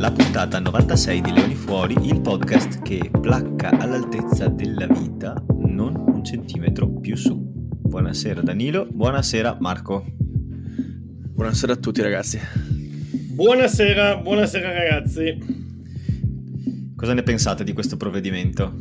alla puntata 96 di Leoni Fuori, il podcast che placca all'altezza della vita, non un centimetro più su. Buonasera Danilo, buonasera Marco. Buonasera a tutti ragazzi. Buonasera ragazzi. Cosa ne pensate di questo provvedimento?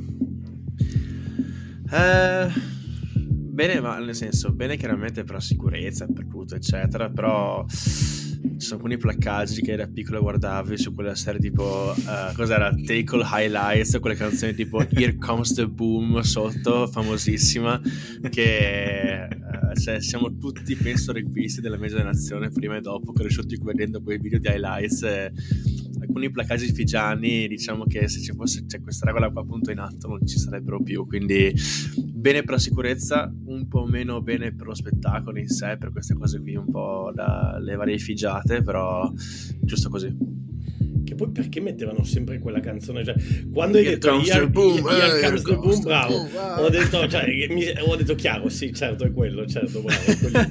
Bene, ma nel senso, bene chiaramente per la sicurezza, per tutto eccetera, però ci sono alcuni placcaggi che da piccolo guardavi su quella serie tipo cos'era? Take All Highlights, quelle canzoni tipo Here Comes the Boom sotto, famosissima, che cioè, siamo tutti penso rugbisti della mia generazione prima e dopo cresciuti vedendo quei video di highlights, alcuni placcaggi figiani, diciamo che se ci fosse questa regola qua appunto in atto non ci sarebbero più, quindi bene per la sicurezza, un po' meno bene per lo spettacolo in sé, per queste cose qui un po' dalle varie figiate, però giusto così. Che poi perché mettevano sempre quella canzone? Cioè, quando hai detto Here Comes the Boom, bravo, ho detto chiaro, sì, certo è quello, certo, bravo.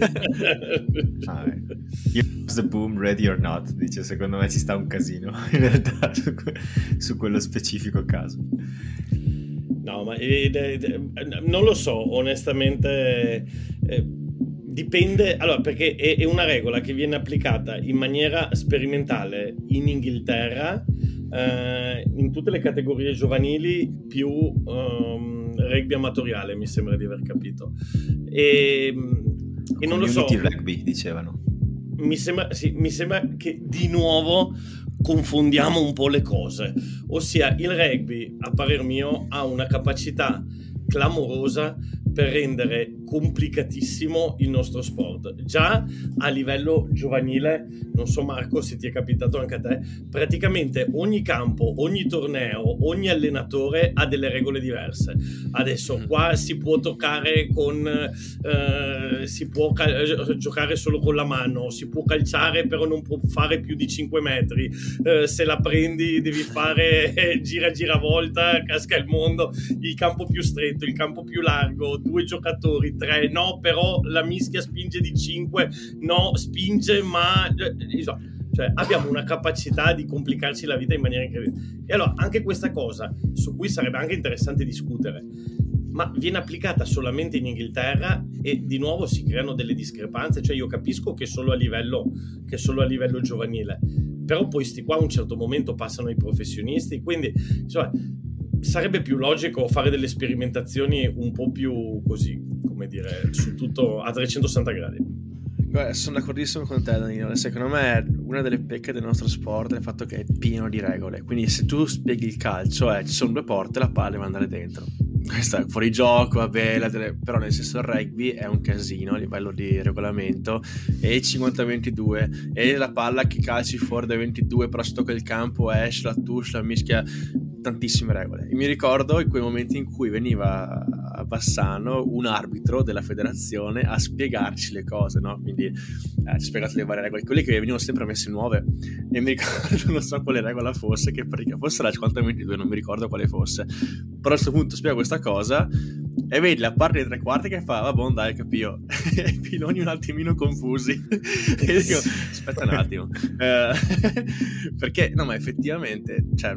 Here Comes the Boom, Ready or Not, dice, secondo me ci sta un casino in realtà su quello specifico caso. No, ma non lo so, onestamente, dipende, allora, perché è una regola che viene applicata in maniera sperimentale in Inghilterra, in tutte le categorie giovanili più rugby amatoriale, mi sembra di aver capito. E non lo so. Community rugby, dicevano. Mi sembra che di nuovo confondiamo un po' le cose, ossia il rugby, a parer mio, ha una capacità clamorosa per rendere complicatissimo il nostro sport. Già a livello giovanile, non so Marco se ti è capitato anche a te, praticamente ogni campo, ogni torneo, ogni allenatore ha delle regole diverse. Adesso qua si può toccare si può giocare solo con la mano, si può calciare però non può fare più di 5 metri, se la prendi devi fare gira volta, casca il mondo, il campo più stretto, il campo più largo, 2 giocatori, 3, no, però la mischia spinge di 5, no, spinge ma... Cioè abbiamo una capacità di complicarci la vita in maniera incredibile. E allora anche questa cosa, su cui sarebbe anche interessante discutere, ma viene applicata solamente in Inghilterra e di nuovo si creano delle discrepanze. Cioè io capisco che solo a livello giovanile, però poi sti qua a un certo momento passano ai professionisti, quindi insomma sarebbe più logico fare delle sperimentazioni un po' più così, come dire, su tutto a 360 gradi. Guarda, sono d'accordissimo con te Danilo, secondo me una delle pecche del nostro sport è il fatto che è pieno di regole, quindi se tu spieghi il calcio ci sono 2 porte, la palla deve andare dentro, questo è fuori gioco, vabbè, però nel senso il rugby è un casino a livello di regolamento, e 50-22 e la palla che calci fuori dai 22 però si tocca il campo, esce la touche, la mischia, tantissime regole. E mi ricordo in quei momenti in cui veniva a Bassano un arbitro della federazione a spiegarci le cose, no? Quindi ci ha spiegato le varie regole, quelle che venivano sempre messe nuove, e mi ricordo non so quale regola fosse, che fosse la 50-22, non mi ricordo quale fosse, però a questo punto spiega questa cosa e vedi la parte dei 3/4 che fa vabbè dai capio e i piloni un attimino confusi e dico aspetta un attimo perché no, ma effettivamente cioè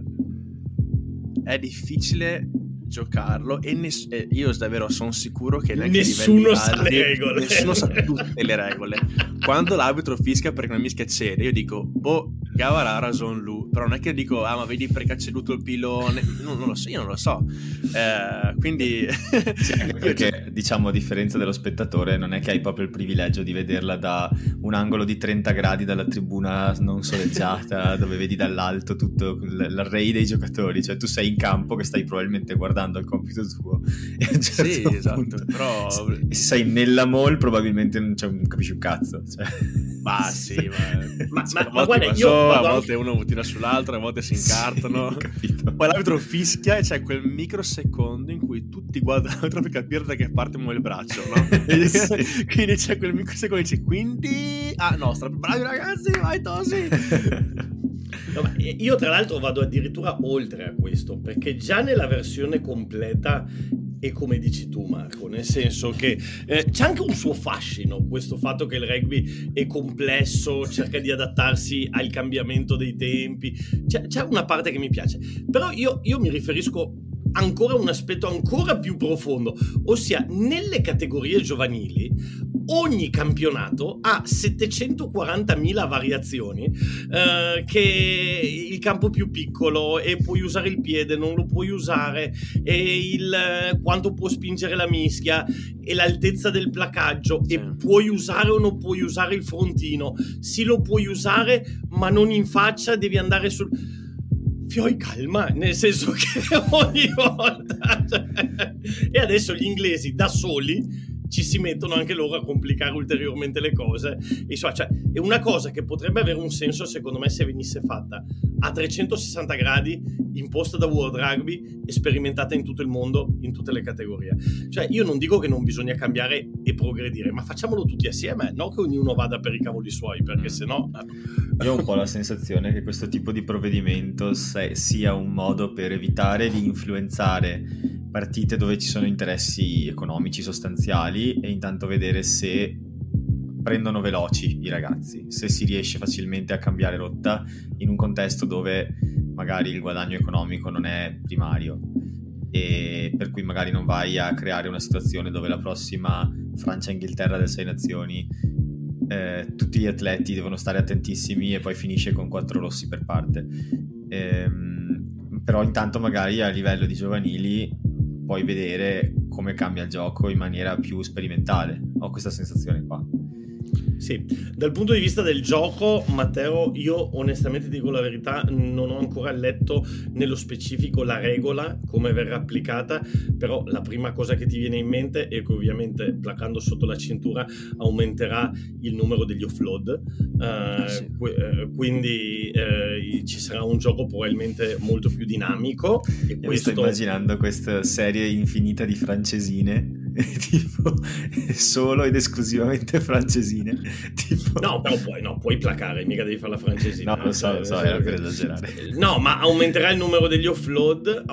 è difficile giocarlo e io davvero sono sicuro che nessuno sa le regole, nessuno sa tutte le regole. Quando l'arbitro fischia perché una mischia cede, io dico Gavara ha ragione lui, però non è che dico ma vedi perché ha ceduto il pilone, non lo so, io non lo so, quindi sì, anche perché diciamo a differenza dello spettatore non è che hai proprio il privilegio di vederla da un angolo di 30 gradi dalla tribuna non soleggiata dove vedi dall'alto tutto l'array dei giocatori, cioè tu sei in campo che stai probabilmente guardando il compito tuo e a un certo punto, esatto, però se sei nella mall probabilmente non capisci un cazzo, cioè. Ma sì, ma guarda, a volte uno tira sull'altro, a volte si incartano, sì, poi l'arbitro fischia e c'è quel microsecondo in cui tutti guardano per capire da che parte muove il braccio, no? Sì. Quindi c'è quel microsecondo e dice quindi bravi ragazzi, vai Tosi. No, ma io tra l'altro vado addirittura oltre a questo, perché già nella versione completa è come dici tu, Marco, nel senso che c'è anche un suo fascino, questo fatto che il rugby è complesso, cerca di adattarsi al cambiamento dei tempi, c'è una parte che mi piace, però io mi riferisco ancora a un aspetto ancora più profondo, ossia nelle categorie giovanili ogni campionato ha 740.000 variazioni, che il campo più piccolo e puoi usare il piede, non lo puoi usare, e quanto può spingere la mischia e l'altezza del placaggio, sì. E puoi usare o non puoi usare il frontino, sì, lo puoi usare ma non in faccia, devi andare sul... Fioi, calma, nel senso che ogni volta e adesso gli inglesi da soli ci si mettono anche loro a complicare ulteriormente le cose, cioè, è una cosa che potrebbe avere un senso secondo me se venisse fatta a 360 gradi, imposta da World Rugby e sperimentata in tutto il mondo, in tutte le categorie. Cioè io non dico che non bisogna cambiare e progredire, ma facciamolo tutti assieme, no che ognuno vada per i cavoli suoi, perché sennò... Io ho un po' la sensazione che questo tipo di provvedimento sia un modo per evitare di influenzare partite dove ci sono interessi economici sostanziali e intanto vedere se prendono veloci i ragazzi, se si riesce facilmente a cambiare rotta in un contesto dove magari il guadagno economico non è primario, e per cui magari non vai a creare una situazione dove la prossima Francia-Inghilterra del 6 Nazioni tutti gli atleti devono stare attentissimi e poi finisce con 4 rossi per parte. Però intanto magari a livello di giovanili puoi vedere come cambia il gioco in maniera più sperimentale. Ho questa sensazione qua. Sì, dal punto di vista del gioco, Matteo, io onestamente dico la verità, non ho ancora letto nello specifico la regola, come verrà applicata, però la prima cosa che ti viene in mente è che ovviamente placando sotto la cintura aumenterà il numero degli offload, sì. Quindi ci sarà un gioco probabilmente molto più dinamico. E questo... Sto immaginando questa serie infinita di francesine tipo solo ed esclusivamente francesine tipo... No, però puoi placare, mica devi fare la francesina. No, lo so, era per esagerare. No, ma aumenterà il numero degli offload,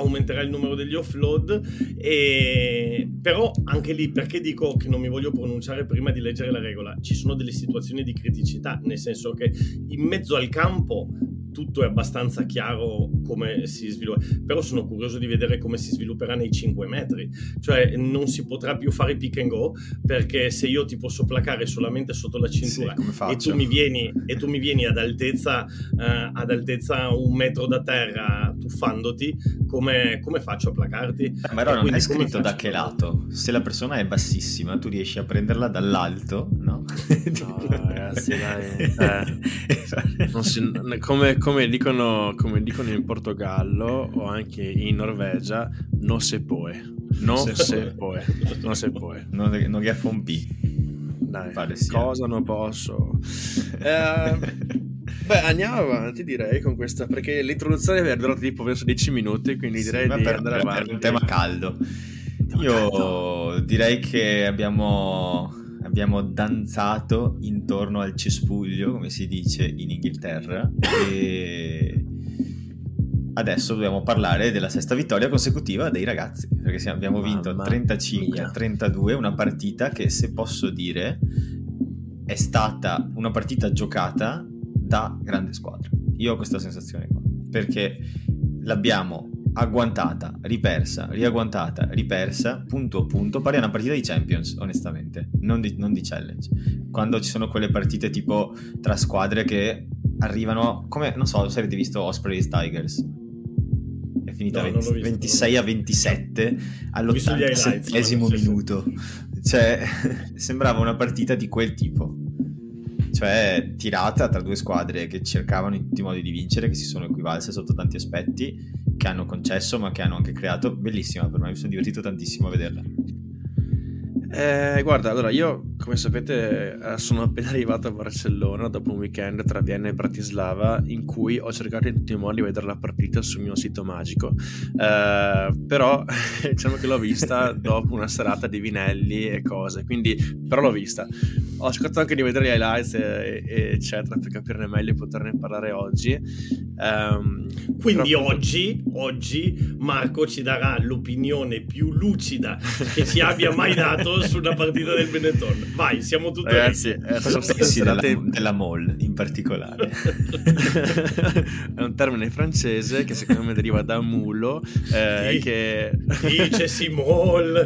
e però anche lì, perché dico che non mi voglio pronunciare prima di leggere la regola, ci sono delle situazioni di criticità, nel senso che in mezzo al campo tutto è abbastanza chiaro come si sviluppa, però sono curioso di vedere come si svilupperà nei 5 metri, cioè non si potrà più fare pick and go, perché se io ti posso placare solamente sotto la cintura, sì, e tu mi vieni ad altezza 1 metro da terra tuffandoti, come faccio a placarti? Ma però non è scritto da che lato, se la persona è bassissima tu riesci a prenderla dall'alto, no? No ragazzi, dai, come dicono in Portogallo o anche in Norvegia, no se può. Non gli fa un P. Dai, cosa non posso. Beh, andiamo avanti, direi, con questa, perché l'introduzione è durata tipo verso 10 minuti, quindi direi di andare avanti. È un tema caldo. Io direi che abbiamo danzato intorno al cespuglio, come si dice in Inghilterra, e adesso dobbiamo parlare della 6ª vittoria consecutiva dei ragazzi, perché abbiamo vinto 35-32, una partita che, se posso dire, è stata una partita giocata da grande squadra. Io ho questa sensazione qua, perché l'abbiamo agguantata, ripersa, riagguantata, ripersa, punto a punto, pare una partita di Champions, onestamente, non di Challenge. Quando ci sono quelle partite tipo tra squadre che arrivano, come, non so se avete visto Ospreys Tigers, è finita 26-27 all'87esimo minuto, cioè sembrava una partita di quel tipo, cioè tirata tra 2 squadre che cercavano in tutti i modi di vincere, che si sono equivalse sotto tanti aspetti, che hanno concesso ma che hanno anche creato. Bellissima, per me, mi sono divertito tantissimo a vederla. Guarda, allora io, come sapete, sono appena arrivato a Barcellona dopo un weekend tra Vienna e Bratislava, in cui ho cercato in tutti i modi di vedere la partita sul mio sito magico, però diciamo che l'ho vista dopo una serata di vinelli e cose, quindi però l'ho vista. Ho cercato anche di vedere gli highlights eccetera, per capirne meglio e poterne parlare oggi. Quindi oggi Marco ci darà l'opinione più lucida che ci abbia mai dato sulla partita del Benetton. Vai, siamo tutti ragazzi. Cosa pensi della Mole in particolare? È un termine francese che secondo me deriva da mulo, che dice Simol.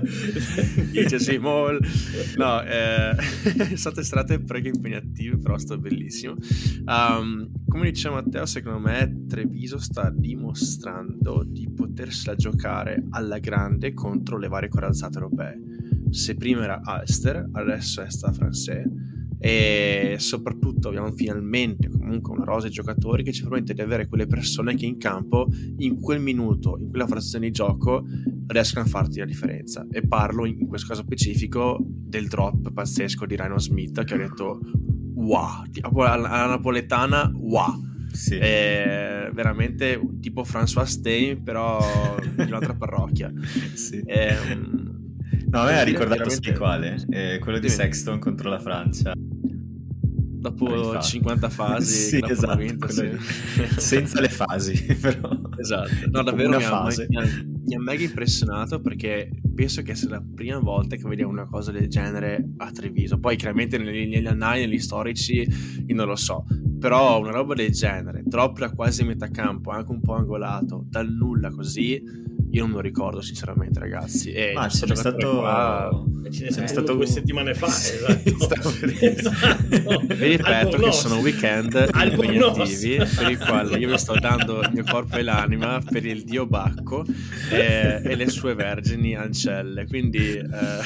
No, è state serate parecchio impegnative, però sto bellissimo. Come dice Matteo, secondo me Treviso sta dimostrando di potersela giocare alla grande contro le varie corazzate europee. Se prima era Ulster, adesso è Stade Français, e soprattutto abbiamo finalmente comunque una rosa di giocatori che ci permette di avere quelle persone che in campo, in quel minuto, in quella frazione di gioco, riescono a farti la differenza. E parlo in questo caso specifico del drop pazzesco di Rhino Smith, che ha detto wow, alla napoletana wow. Sì. È veramente tipo François Stein, però di un'altra parrocchia. Sì. No, a me ha ricordato quale? Quello di Sexton contro la Francia. Dopo 50 fasi, sì, esatto, vinto, sì. Senza le fasi, però. Esatto. No, davvero mi ha mega impressionato, perché penso che sia la prima volta che vediamo una cosa del genere a Treviso. Poi chiaramente negli annali, negli storici, io non lo so, però una roba del genere, drop da quasi metà campo, anche un po' angolato, dal nulla così, io non me lo ricordo sinceramente, ragazzi. Ma ce n'è stato ce n'è stato 2 settimane fa, esatto. Vi ripeto che sono weekend impegnativi per i quali io mi sto dando il mio corpo e l'anima per il dio Bacco e le sue vergini ancelle, quindi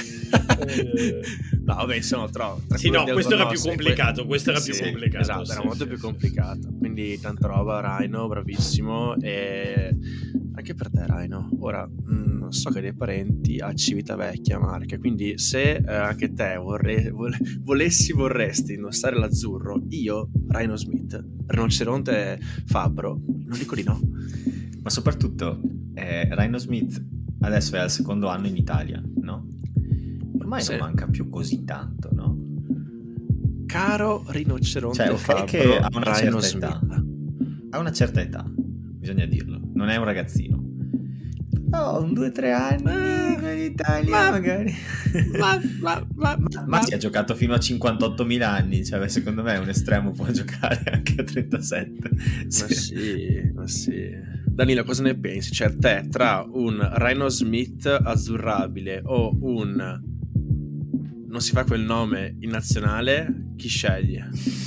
no vabbè, insomma sì, no, questo era più complicato, esatto, era molto più complicato, quindi tanta roba. Rhino bravissimo, e anche per te Rhino. Ora so che hai dei parenti a Civitavecchia, Marche, quindi se anche te vorresti indossare l'azzurro, io Rhino Smith, rinoceronte fabbro, non dico di no. Ma soprattutto Rhino Smith adesso è al secondo anno in Italia, no? Ormai non manca più così tanto, no? Caro rinoceronte fabbro, che ha una certa età. Ha una certa età, bisogna dirlo, non è un ragazzino. Oh, 2-3 anni in Italia magari. Ma si è giocato fino a 58.000 anni, cioè secondo me un estremo può giocare anche a 37. Ma sì. Danilo, cosa ne pensi? Cioè te, tra un Rhino Smith azzurrabile o un non si fa quel nome in nazionale, chi scegli?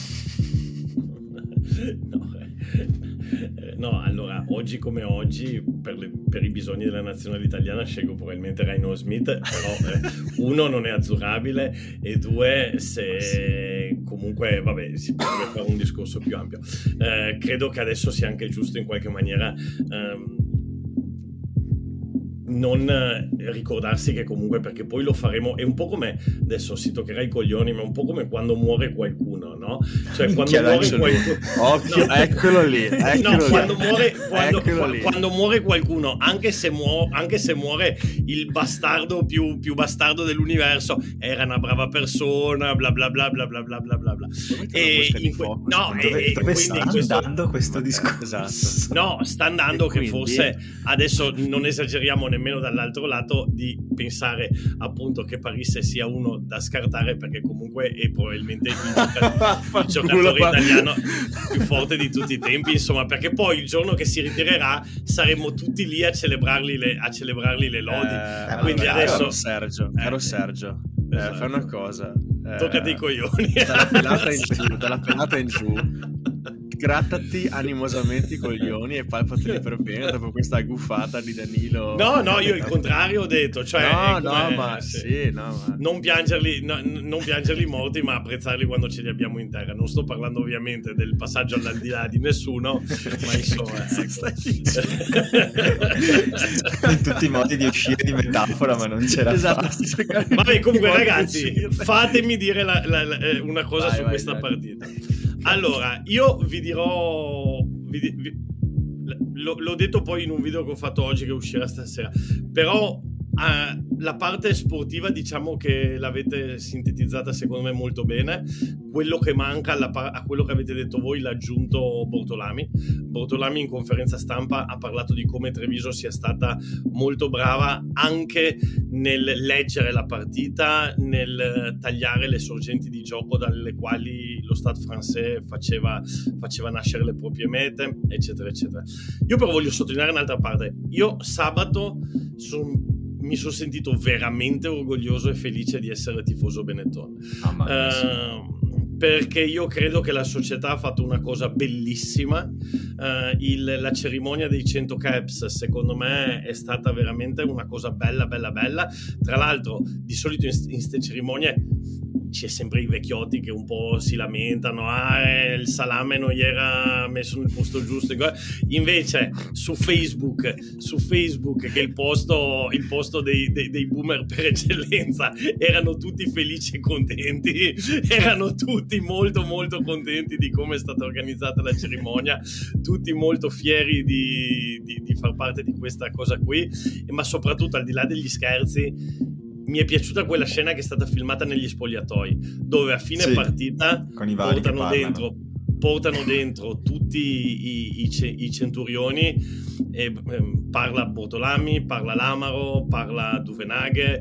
No, allora, oggi come oggi, per i bisogni della nazionale italiana, scelgo probabilmente Rhino Smith, però uno, non è azzurrabile, e due, se comunque, vabbè, si potrebbe fare un discorso più ampio. Credo che adesso sia anche giusto in qualche maniera non ricordarsi che comunque, perché poi lo faremo, è un po' come, adesso si toccherà i coglioni, ma è un po' come quando muore qualcuno, no? Cioè quando muore qualcuno, occhio, no. Eccolo lì. Quando muore qualcuno, anche se muore il bastardo più bastardo dell'universo, era una brava persona, bla bla bla bla bla bla bla bla. Dove sta andando questo discorso? Esatto. No, sta andando che forse adesso non esageriamo nemmeno dall'altro lato di pensare appunto che Parisse sia uno da scartare, perché comunque è probabilmente il giocatore italiano più forte di tutti i tempi, insomma, perché poi il giorno che si ritirerà saremo tutti lì a celebrargli le lodi. Quindi adesso caro Sergio, esatto. Fai una cosa, toccati i coglioni dalla pelata in giù, grattati animosamente i coglioni e palpateli per bene dopo questa guffata di Danilo. No, io il contrario ho detto, cioè non piangerli morti, ma apprezzarli quando ce li abbiamo in terra. Non sto parlando ovviamente del passaggio all'aldilà di nessuno, ma insomma in tutti i modi di uscire di metafora, ma non c'era. Esatto. Vabbè, comunque ragazzi, fatemi dire una cosa su questa partita. Allora, io vi dirò, l'ho detto poi in un video che ho fatto oggi, che uscirà stasera, però La parte sportiva diciamo che l'avete sintetizzata secondo me molto bene. Quello che manca a quello che avete detto voi l'ha aggiunto Bortolami in conferenza stampa, ha parlato di come Treviso sia stata molto brava anche nel leggere la partita, nel tagliare le sorgenti di gioco dalle quali lo Stade Français faceva nascere le proprie mete, eccetera eccetera. Io però voglio sottolineare un'altra parte. Io sabato mi sono sentito veramente orgoglioso e felice di essere tifoso Benetton, perché io credo che la società ha fatto una cosa bellissima. La cerimonia dei 100 caps secondo me è stata veramente una cosa bella. Tra l'altro di solito in queste cerimonie c'è sempre i vecchiotti che un po' si lamentano, il salame non gli era messo nel posto giusto. Invece su Facebook che è il posto dei boomer per eccellenza, erano tutti felici e contenti, erano tutti molto molto contenti di come è stata organizzata la cerimonia, tutti molto fieri di far parte di questa cosa qui, ma soprattutto al di là degli scherzi mi è piaciuta quella scena che è stata filmata negli spogliatoi, dove a fine partita con i vari portano dentro tutti i centurioni, e parla Bortolami, parla Lamaro, parla Duvenaghe,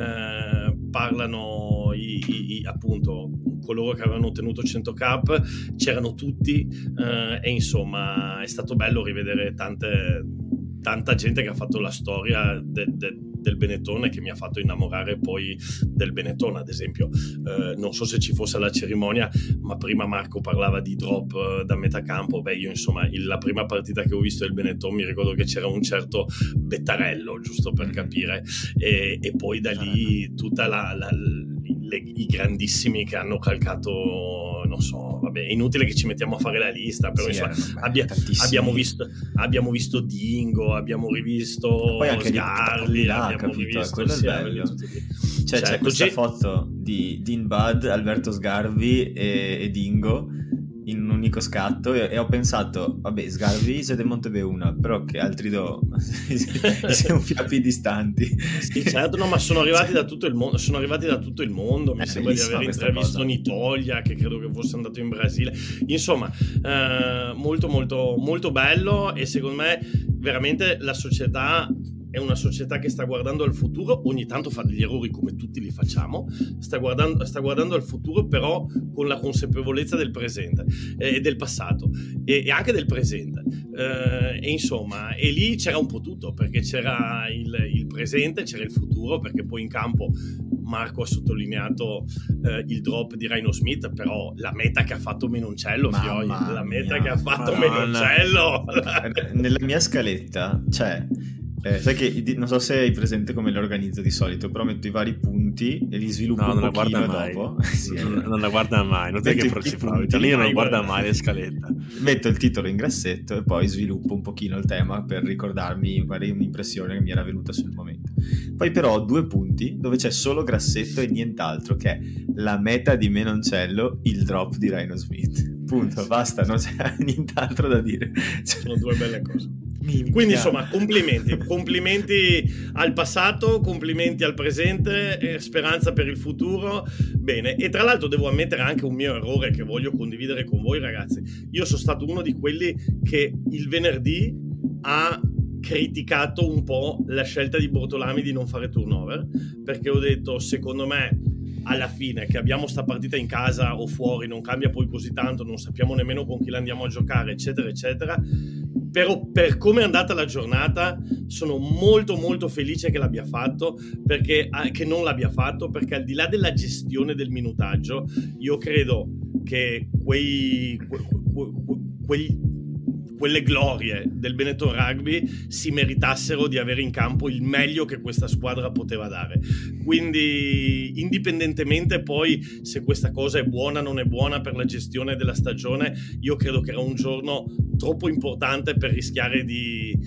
parlano appunto coloro che avevano ottenuto 100 cap, c'erano tutti, e insomma è stato bello rivedere tanta gente che ha fatto la storia del Benetton e che mi ha fatto innamorare poi del Benetton. Ad esempio, non so se ci fosse la cerimonia, ma prima Marco parlava di drop da metà campo. Io insomma la prima partita che ho visto del Benetton mi ricordo che c'era un certo Bettarello, giusto per capire, e poi da lì tutta i grandissimi che hanno calcato, non so, vabbè, è inutile che ci mettiamo a fare la lista, però sì, insomma, abbiamo visto Dingo, abbiamo rivisto Sgarbi, abbiamo rivisto c'è questa foto di Dean Budd, Alberto Sgarbi e Dingo in un unico scatto, e ho pensato, vabbè, Sgarbi c'è del Montebeuna, però che altri siamo fiapi distanti. Sì, certo, no, ma sono arrivati da tutto il mondo, mi sembra di aver intravisto Nitolia, che credo che fosse andato in Brasile, insomma, molto molto molto bello, e secondo me veramente la società è una società che sta guardando al futuro, ogni tanto fa degli errori come tutti li facciamo, sta guardando al futuro però con la consapevolezza del presente e del passato e anche del presente, e insomma, e lì c'era un po' tutto, perché c'era il presente, c'era il futuro, perché poi in campo Marco ha sottolineato il drop di Rhino Smith, però la meta che ha fatto Menoncello, Menoncello nella mia scaletta c'è sai che non so se hai presente come le organizzo di solito, però metto i vari punti e li sviluppo un pochino dopo. Sì, non la guarda mai, non è che io non guarda mai le scalette. Metto il titolo in grassetto e poi sviluppo un pochino il tema per ricordarmi magari un'impressione che mi era venuta sul momento. Poi però ho 2 punti dove c'è solo grassetto e nient'altro, che è la meta di Menoncello, il drop di Rhino Smith. Punto, basta, non c'è nient'altro da dire. Sono 2 belle cose. Quindi insomma, complimenti al passato, complimenti al presente, speranza per il futuro. Bene, e tra l'altro devo ammettere anche un mio errore che voglio condividere con voi, ragazzi. Io sono stato uno di quelli che il venerdì ha criticato un po' la scelta di Bortolami di non fare turnover, perché ho detto, secondo me alla fine, che abbiamo sta partita in casa o fuori, non cambia poi così tanto, non sappiamo nemmeno con chi la andiamo a giocare, eccetera eccetera. Però per come è andata la giornata sono molto molto felice che l'abbia fatto, perché che non l'abbia fatto, perché al di là della gestione del minutaggio, io credo che quelle glorie del Benetton Rugby si meritassero di avere in campo il meglio che questa squadra poteva dare. Quindi, indipendentemente poi se questa cosa è buona o non è buona per la gestione della stagione, io credo che era un giorno troppo importante per rischiare di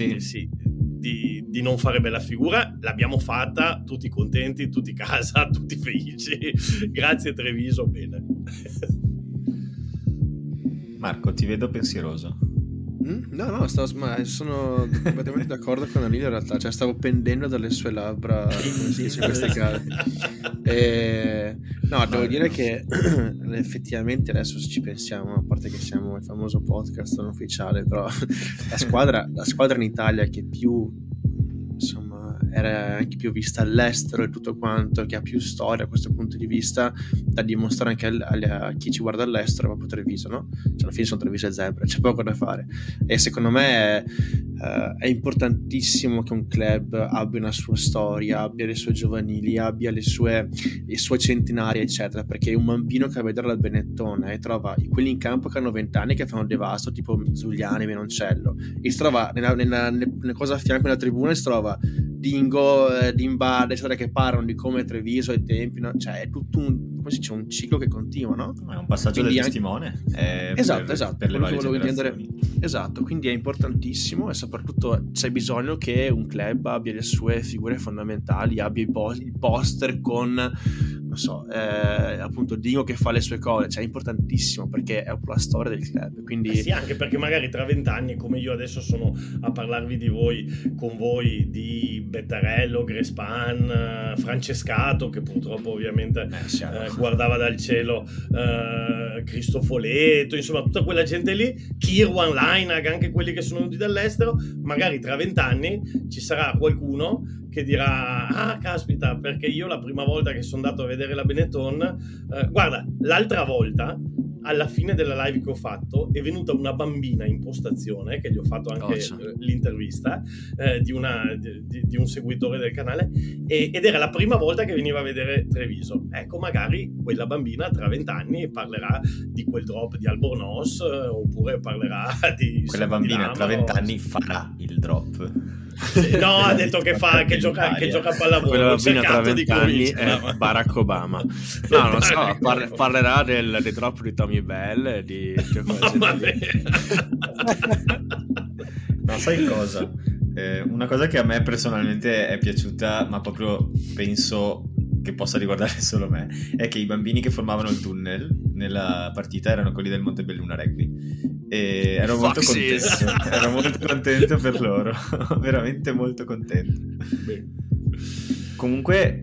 non fare bella figura. L'abbiamo fatta, tutti contenti, tutti a casa, tutti felici. Grazie Treviso, bene. Marco, ti vedo pensieroso. No, sono completamente d'accordo con Danilo in realtà, cioè stavo pendendo dalle sue labbra, come si dice in questi casi. No, devo dire che effettivamente adesso se ci pensiamo, a parte che siamo il famoso podcast non ufficiale, però la squadra in Italia che più, insomma, era anche più vista all'estero e tutto quanto, che ha più storia a questo punto di vista, da dimostrare anche a chi ci guarda all'estero, proprio Treviso, no? Cioè alla fine sono Treviso e Zebre, c'è poco da fare, e secondo me è importantissimo che un club abbia una sua storia, abbia le sue giovanili, abbia le sue centenarie eccetera, perché un bambino che va a vedere la Benetton e trova quelli in campo che hanno 20 anni che fanno devasto, tipo Zuliani, Menoncello, e si trova nella cosa a fianco della tribuna, si trova Dingo, Dimbarde, eccetera, che parlano di come Treviso ai tempi, no? Cioè è tutto un ciclo che continua, no? È un passaggio del testimone. Esatto, per le varie generazioni. Esatto, quindi è importantissimo, e soprattutto c'è bisogno che un club abbia le sue figure fondamentali, abbia il poster con, non so, appunto Dingo che fa le sue cose, cioè è importantissimo perché è la storia del club, quindi sì, anche perché magari tra 20 anni, come io adesso sono a parlarvi con voi di Bettarello, Grespan, Francescato, che purtroppo ovviamente guardava dal cielo, Cristofoletto, insomma tutta quella gente lì, Kirwan, Lainag, anche quelli che sono venuti dall'estero, magari tra 20 anni ci sarà qualcuno che dirà: ah caspita, perché io la prima volta che sono andato a vedere la Benetton, guarda, l'altra volta alla fine della live che ho fatto è venuta una bambina in postazione, che gli ho fatto anche l'intervista, di un seguitore del canale, ed era la prima volta che veniva a vedere Treviso. Ecco, magari quella bambina tra 20 anni parlerà di quel drop di Albornoz, oppure parlerà di quella bambina tra 20 anni farà il drop. No, ha detto che gioca a pallavolo. Quella bambina tra 20 anni è Barack Obama. No, non so, parlerà del drop di Tommy Bell, di no, sai cosa? Una cosa che a me personalmente è piaciuta, ma proprio penso che possa riguardare solo me, è che i bambini che formavano il tunnel nella partita erano quelli del Montebelluna Rugby, e ero molto contento per loro. Veramente molto contento. Comunque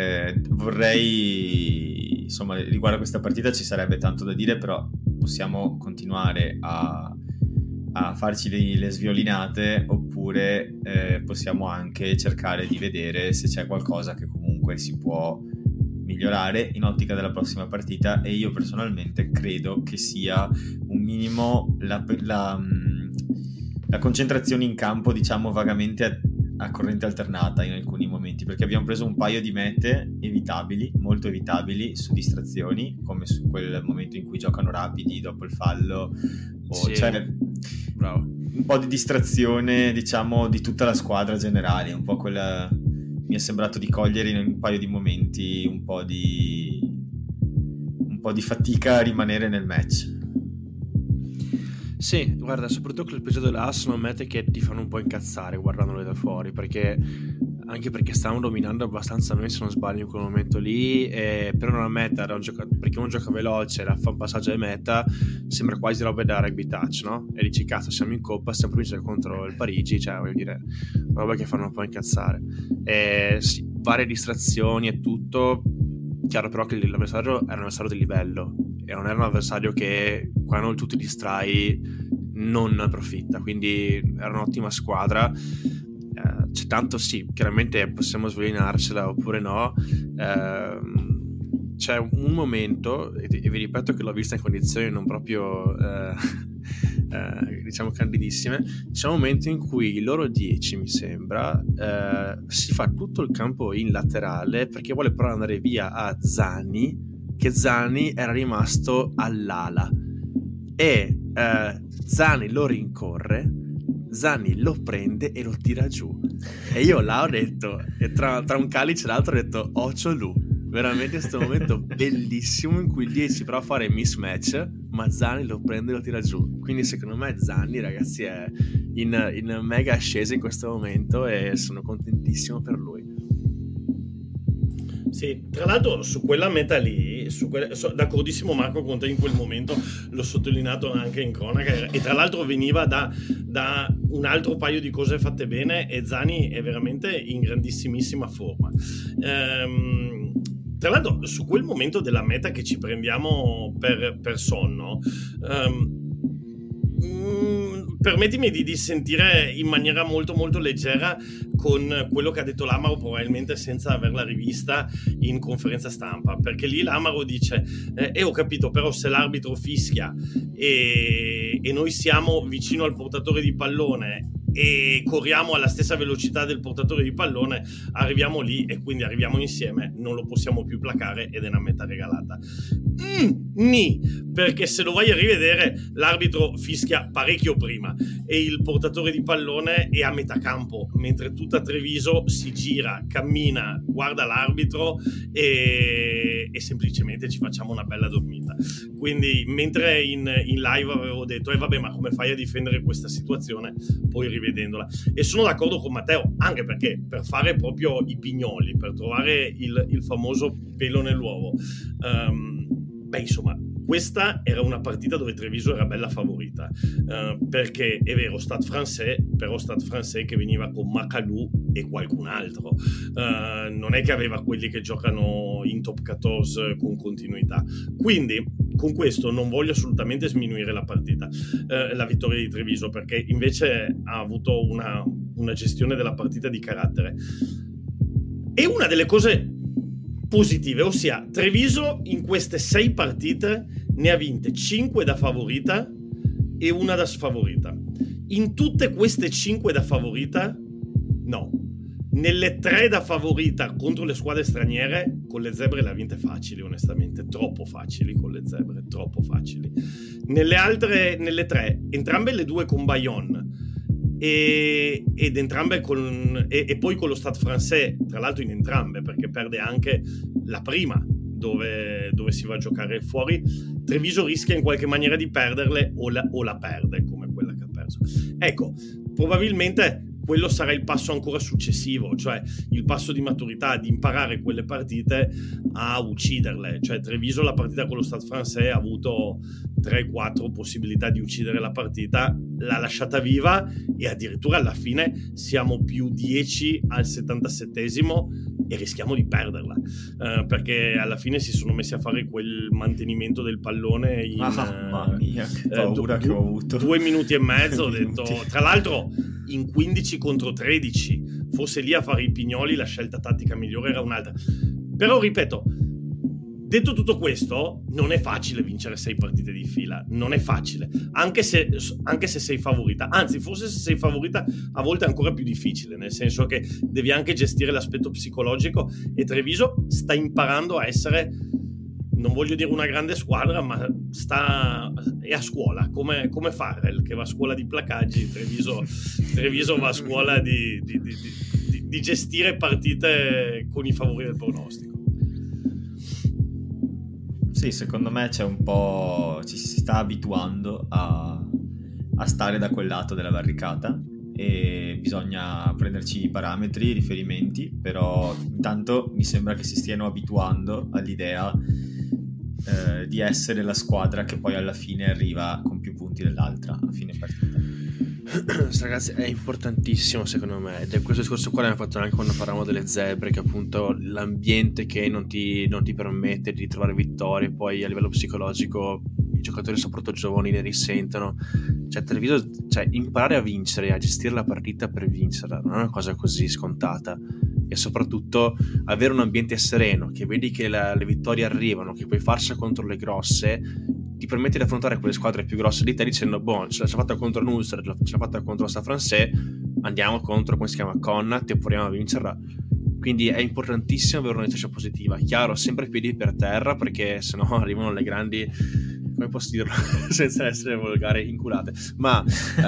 vorrei, insomma, riguardo a questa partita ci sarebbe tanto da dire, però possiamo continuare a farci le sviolinate, oppure possiamo anche cercare di vedere se c'è qualcosa che comunque si può migliorare in ottica della prossima partita. E io personalmente credo che sia un minimo la concentrazione in campo, diciamo vagamente a corrente alternata in alcuni momenti, perché abbiamo preso un paio di mete molto evitabili, su distrazioni, come su quel momento in cui giocano rapidi dopo il fallo, sì, cioè bravo, un po' di distrazione, diciamo, di tutta la squadra generale, un po' quella mi è sembrato di cogliere in un paio di momenti un po' di fatica a rimanere nel match. Sì, guarda, soprattutto l'episodio là sono mete che ti fanno un po' incazzare guardandole da fuori, anche perché stavamo dominando abbastanza noi, se non sbaglio, in quel momento lì, e per una meta perché uno gioca veloce, fa un passaggio di meta, sembra quasi roba da rugby touch, no? E dici cazzo, siamo in coppa, stiamo per vincere contro il Parigi, cioè voglio dire, roba che fanno un po' incazzare, e sì, varie distrazioni e tutto. Chiaro però che l'avversario era un avversario di livello e non era un avversario che quando tu ti distrai non approfitta, quindi era un'ottima squadra. C'è tanto, sì, chiaramente possiamo sviolinarcela oppure no. C'è un momento, e vi ripeto che l'ho vista in condizioni non proprio diciamo candidissime, c'è un momento in cui i loro 10, mi sembra, si fa tutto il campo in laterale perché vuole provare ad andare via a Zani, che Zani era rimasto all'ala, e Zani lo rincorre, Zani lo prende e lo tira giù, e io là ho detto, e tra un calice e l'altro ho detto Occiolu. Veramente questo momento bellissimo in cui il 10 prova a fare mismatch, ma Zani lo prende e lo tira giù. Quindi secondo me Zani, ragazzi, è in mega ascesa in questo momento e sono contentissimo per lui. Sì, tra l'altro su quella meta lì d'accordissimo Marco con te in quel momento, l'ho sottolineato anche in cronaca, e tra l'altro veniva da un altro paio di cose fatte bene, e Zani è veramente in grandissimissima forma. Tra l'altro su quel momento della meta che ci prendiamo per sonno, permettimi di sentire in maniera molto molto leggera con quello che ha detto Lamaro, probabilmente senza averla rivista in conferenza stampa, perché lì Lamaro dice ho capito, però se l'arbitro fischia e noi siamo vicino al portatore di pallone e corriamo alla stessa velocità del portatore di pallone, arriviamo lì e quindi arriviamo insieme, non lo possiamo più placare ed è una meta regalata. Perché se lo vai a rivedere, l'arbitro fischia parecchio prima e il portatore di pallone è a metà campo, mentre tutta Treviso si gira, cammina, guarda l'arbitro e semplicemente ci facciamo una bella dormita. Quindi mentre in live avevo detto vabbè, ma come fai a difendere questa situazione, poi rivedendola, e sono d'accordo con Matteo, anche perché per fare proprio i pignoli, per trovare il famoso pelo nell'uovo, insomma, questa era una partita dove Treviso era bella favorita, perché è vero, Stade Français che veniva con Macalou e qualcun altro, non è che aveva quelli che giocano in top 14 con continuità. Quindi con questo non voglio assolutamente sminuire la partita, la vittoria di Treviso, perché invece ha avuto una gestione della partita di carattere. E una delle cose positive, ossia Treviso in queste 6 partite ne ha vinte 5 da favorita e una da sfavorita. In tutte queste 5 da favorita, no. Nelle 3 da favorita contro le squadre straniere, con le zebre le ha vinte facili, onestamente, troppo facili con le zebre, troppo facili. Nelle 3, entrambe le 2 con Bayonne, ed entrambe e poi con lo Stade Français, tra l'altro in entrambe, perché perde anche la prima dove si va a giocare fuori. Treviso rischia in qualche maniera di perderle o la perde, come quella che ha perso. Ecco, probabilmente quello sarà il passo ancora successivo, cioè il passo di maturità, di imparare quelle partite a ucciderle. Cioè Treviso la partita con lo Stade Français ha avuto 3-4 possibilità di uccidere la partita, l'ha lasciata viva e addirittura alla fine siamo più 10 al 77esimo e rischiamo di perderla, perché alla fine si sono messi a fare quel mantenimento del pallone in mamma mia, che paura che ho avuto. 2 minuti e mezzo, ho detto, tra l'altro in 15 contro 13, fosse lì a fare i pignoli la scelta tattica migliore era un'altra. Però ripeto, detto tutto questo, non è facile vincere 6 partite di fila, non è facile, anche se sei favorita, anzi forse se sei favorita a volte è ancora più difficile, nel senso che devi anche gestire l'aspetto psicologico, e Treviso sta imparando a essere, non voglio dire una grande squadra, ma è a scuola, come Farrell che va a scuola di placaggi. Treviso va a scuola di gestire partite con i favori del pronostico. Sì, secondo me c'è un po', ci si sta abituando a stare da quel lato della barricata e bisogna prenderci i parametri, i riferimenti, però intanto mi sembra che si stiano abituando all'idea di essere la squadra che poi alla fine arriva con più punti dell'altra a fine partita. Ragazzi, è importantissimo secondo me, ed è questo discorso qua l'abbiamo fatto anche quando parlavamo delle zebre, che appunto l'ambiente che non ti permette di trovare vittorie, poi a livello psicologico i giocatori soprattutto giovani ne risentono. Cioè Treviso, imparare a vincere, a gestire la partita per vincerla non è una cosa così scontata, e soprattutto avere un ambiente sereno, che vedi che le vittorie arrivano, che puoi farsi contro le grosse, ti permette di affrontare quelle squadre più grosse di te dicendo ce l'ha fatta contro Ulster, ce l'ha fatta contro Stade Français, andiamo contro, come si chiama, Connacht, e proviamo a vincerla. Quindi è importantissimo avere un'energia positiva, chiaro, sempre piedi per terra, perché sennò arrivano le grandi, come posso dirlo senza essere volgare, inculate, ma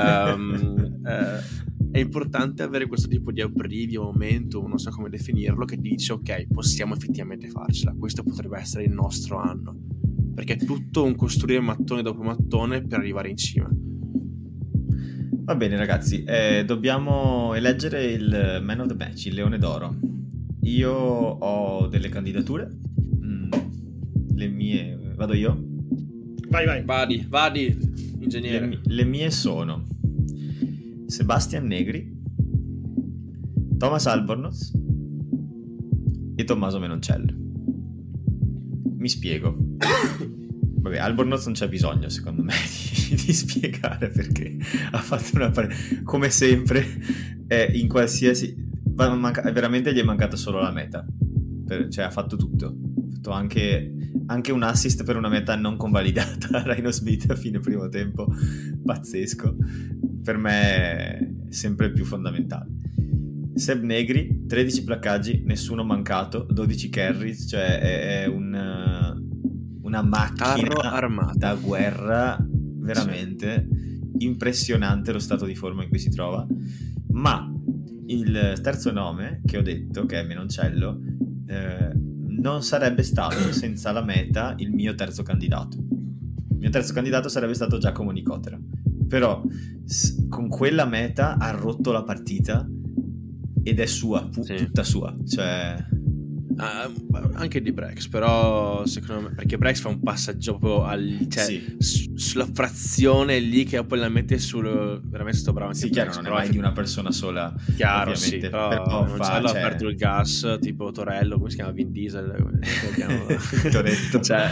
è importante avere questo tipo di abbrivio, momento, non so come definirlo, che ti dice ok, possiamo effettivamente farcela, questo potrebbe essere il nostro anno, perché è tutto un costruire mattone dopo mattone per arrivare in cima. Va bene ragazzi, dobbiamo eleggere il man of the match, il leone d'oro. Io ho delle candidature, le mie... Vado io? Vai. Vadi, ingegnere. Le mie sono Sebastian Negri, Thomas Albornoz e Tommaso Menoncello. Mi spiego. Vabbè, Albornoz non c'è bisogno, secondo me, di spiegare, perché ha fatto come sempre, in qualsiasi... veramente gli è mancata solo la meta. Cioè, ha fatto tutto. Ha fatto anche un assist per una meta non convalidata a Rhino Smith a fine primo tempo. Pazzesco. Per me è sempre più fondamentale. Seb Negri, 13 placcaggi, nessuno mancato, 12 carries, cioè è una macchina armata da guerra, veramente impressionante lo stato di forma in cui si trova. Ma il terzo nome che ho detto, che è Menoncello, non sarebbe stato senza la meta il mio terzo candidato. Il mio terzo candidato sarebbe stato Giacomo Nicotera, però con quella meta ha rotto la partita ed è sua, tutta sua, cioè... anche di Brex, però secondo me, perché Brex fa un passaggio proprio sulla frazione lì, che poi la mette sul... veramente sto bravo. Sì, chiaro, non è mai di una persona sola, chiaro, ovviamente, sì, però non ha aperto il gas, tipo Torello, come si chiama, Vin Diesel, Toretto. Cioè,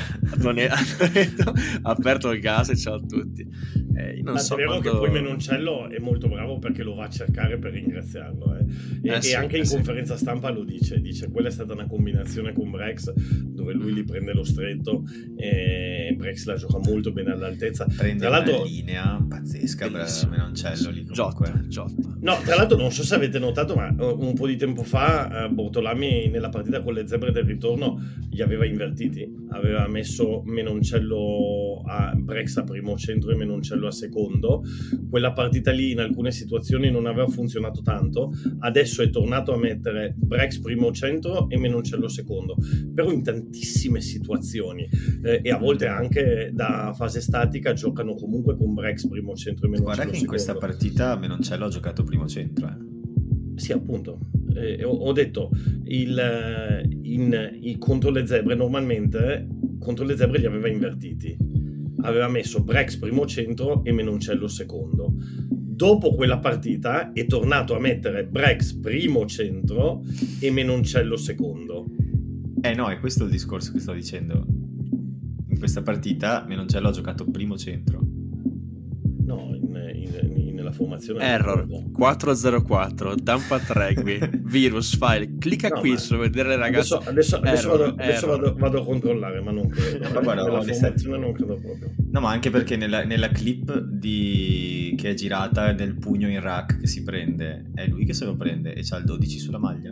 ha aperto il gas e ciao a tutti. Non ma so è vero quando... che poi Menoncello è molto bravo, perché lo va a cercare per ringraziarlo, e anche in conferenza stampa lo dice quella è stata una combinazione con Brex dove lui li prende lo stretto e Brex la gioca molto bene all'altezza, prende tra l'altro una linea pazzesca per Menoncello lì comunque. Giotta. No, tra l'altro non so se avete notato, ma un po' di tempo fa Bortolami nella partita con le zebre del ritorno li aveva invertiti, aveva messo Menoncello a Brex a primo centro e Menoncello a secondo. Quella partita lì in alcune situazioni non aveva funzionato tanto, adesso è tornato a mettere Brex primo centro e Menoncello secondo, però in tantissime situazioni e a volte anche da fase statica giocano comunque con Brex primo centro e Menoncello guarda che in secondo. questa partita Menoncello ha giocato primo centro, Sì, appunto, ho detto contro le zebre normalmente contro le zebre li aveva invertiti, aveva messo Brex primo centro e Menoncello secondo. Dopo quella partita è tornato a mettere Brex primo centro e Menoncello secondo. No, è questo il discorso che sto dicendo. In questa partita Menoncello ha giocato primo centro. No, nella formazione error 404 Dumpat Rugby virus file, clicca qui su vedere, ragazzi. Adesso vado a controllare, ma non credo. Ma guarda, nella formazione non credo proprio. No, ma anche perché nella clip che è girata del pugno in rack che si prende, è lui che se lo prende e c'ha il 12 sulla maglia.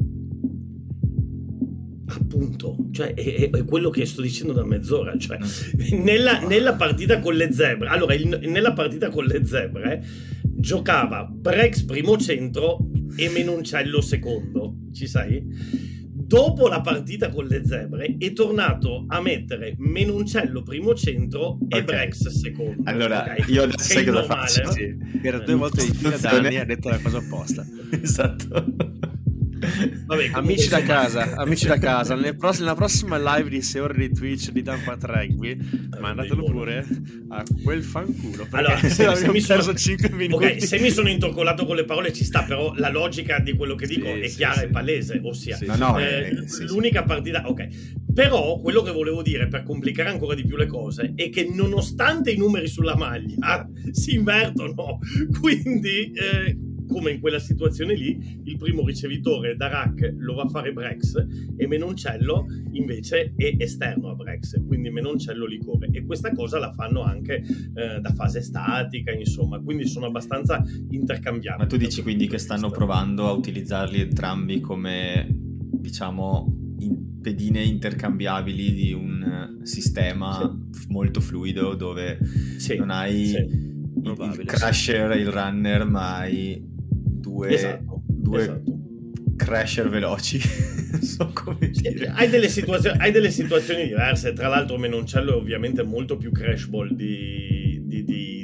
Appunto, cioè è quello che sto dicendo da mezz'ora, cioè nella partita con le zebre, allora nella partita con le zebre giocava Brex primo centro e Menoncello secondo, ci sai? Dopo la partita con le zebre è tornato a mettere Menoncello primo centro e Brex secondo. Allora, okay? io adesso sai cosa faccio? No? Sì. Per 2 volte di fila Dani ha detto la cosa opposta. Esatto. Vabbè, amici da casa, nella prossima live di 6 ore di Twitch di Dumpat Rugby, mandatelo pure a quel fanculo. Allora, se mi sono perso 5 minuti. Ok, se mi sono intoccolato con le parole ci sta, però la logica di quello che dico è chiara e palese, ossia l'unica partita, ok. Però quello che volevo dire, per complicare ancora di più le cose, è che nonostante i numeri sulla maglia si invertono, quindi come in quella situazione lì, il primo ricevitore da rack lo va a fare Brex e Menoncello invece è esterno a Brex, quindi Menoncello li copre, e questa cosa la fanno anche da fase statica, insomma, quindi sono abbastanza intercambiabili. Ma tu dici quindi che stanno provando a utilizzarli entrambi come, diciamo, pedine intercambiabili di un sistema molto fluido, dove non hai il crasher e il runner, ma hai due crasher veloci. Non so come dire. Hai delle situazioni diverse. Tra l'altro Menoncello è ovviamente molto più crashball di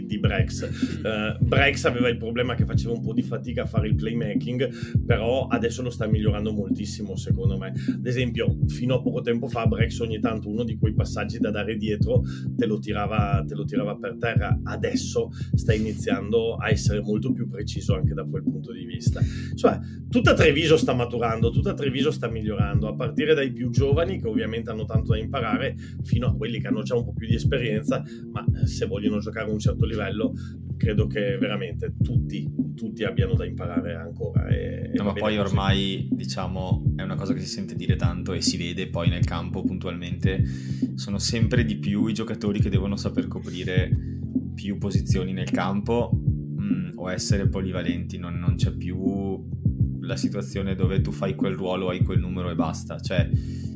di Brex. Brex aveva il problema che faceva un po' di fatica a fare il playmaking, però adesso lo sta migliorando moltissimo secondo me. Ad esempio, fino a poco tempo fa Brex ogni tanto uno di quei passaggi da dare dietro te lo tirava per terra. Adesso sta iniziando a essere molto più preciso anche da quel punto di vista. Cioè, tutta Treviso sta maturando, tutta Treviso sta migliorando, a partire dai più giovani che ovviamente hanno tanto da imparare, fino a quelli che hanno già un po' più di esperienza, ma se vogliono giocare a un certo livello credo che veramente tutti abbiano da imparare ancora. No, ma poi ormai diciamo è una cosa che si sente dire tanto e si vede poi nel campo puntualmente, sono sempre di più i giocatori che devono saper coprire più posizioni nel campo o essere polivalenti, non c'è più la situazione dove tu fai quel ruolo, hai quel numero e basta, cioè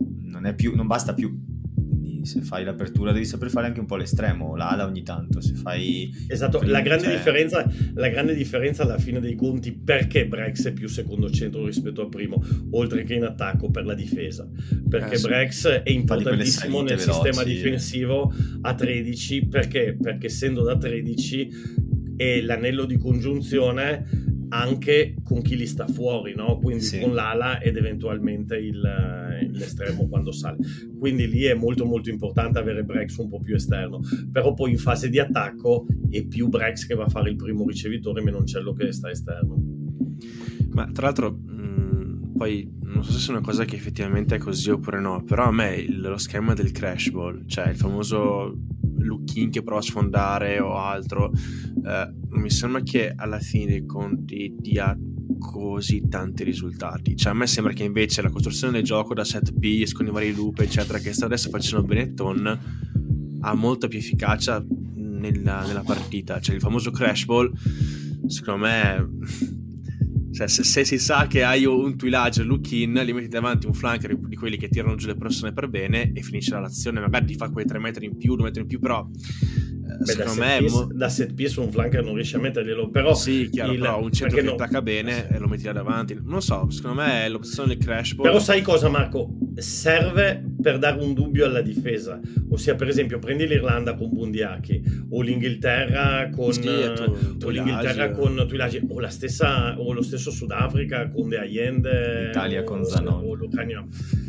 non basta più. Se fai l'apertura devi saper fare anche un po' l'estremo, l'ala ogni tanto, se fai... Esatto, la grande differenza alla fine dei conti, perché Brex è più secondo centro rispetto a primo, oltre che in attacco, per la difesa, perché Brex è importantissimo nel sistema difensivo a 13, perché essendo da 13 è l'anello di congiunzione anche con chi li sta fuori, no? Quindi con l'ala ed eventualmente l'estremo quando sale, quindi lì è molto molto importante avere Brex un po' più esterno, però poi in fase di attacco è più Brex che va a fare il primo ricevitore, meno Cello che sta esterno. Ma tra l'altro poi non so se è una cosa che effettivamente è così oppure no, però a me lo schema del crash ball, cioè il famoso look-in che prova a sfondare o altro, non mi sembra che alla fine dei conti dia così tanti risultati. Cioè a me sembra che invece la costruzione del gioco da set piece con i vari loop eccetera che sta adesso facendo Benetton ha molta più efficacia nella partita. Cioè il famoso crash ball secondo me, cioè, se si sa che hai un tuilage look-in, li metti davanti un flanker di quelli che tirano giù le persone per bene e finisce l'azione, magari ti fa quei 3 metri in più, 2 metri in più, però secondo me da set piece un flanker non riesce a metterglielo, però sì, chiaro, però un centro che attacca bene e lo metti là davanti, non so, secondo me è l'opzione del crash ball. Però sai cosa, Marco? Serve per dare un dubbio alla difesa, ossia per esempio prendi l'Irlanda con Bundiaki o l'Inghilterra con Tuilagi o lo stesso Sudafrica con De Allende, l'Italia con Zanon o l'Ucraina.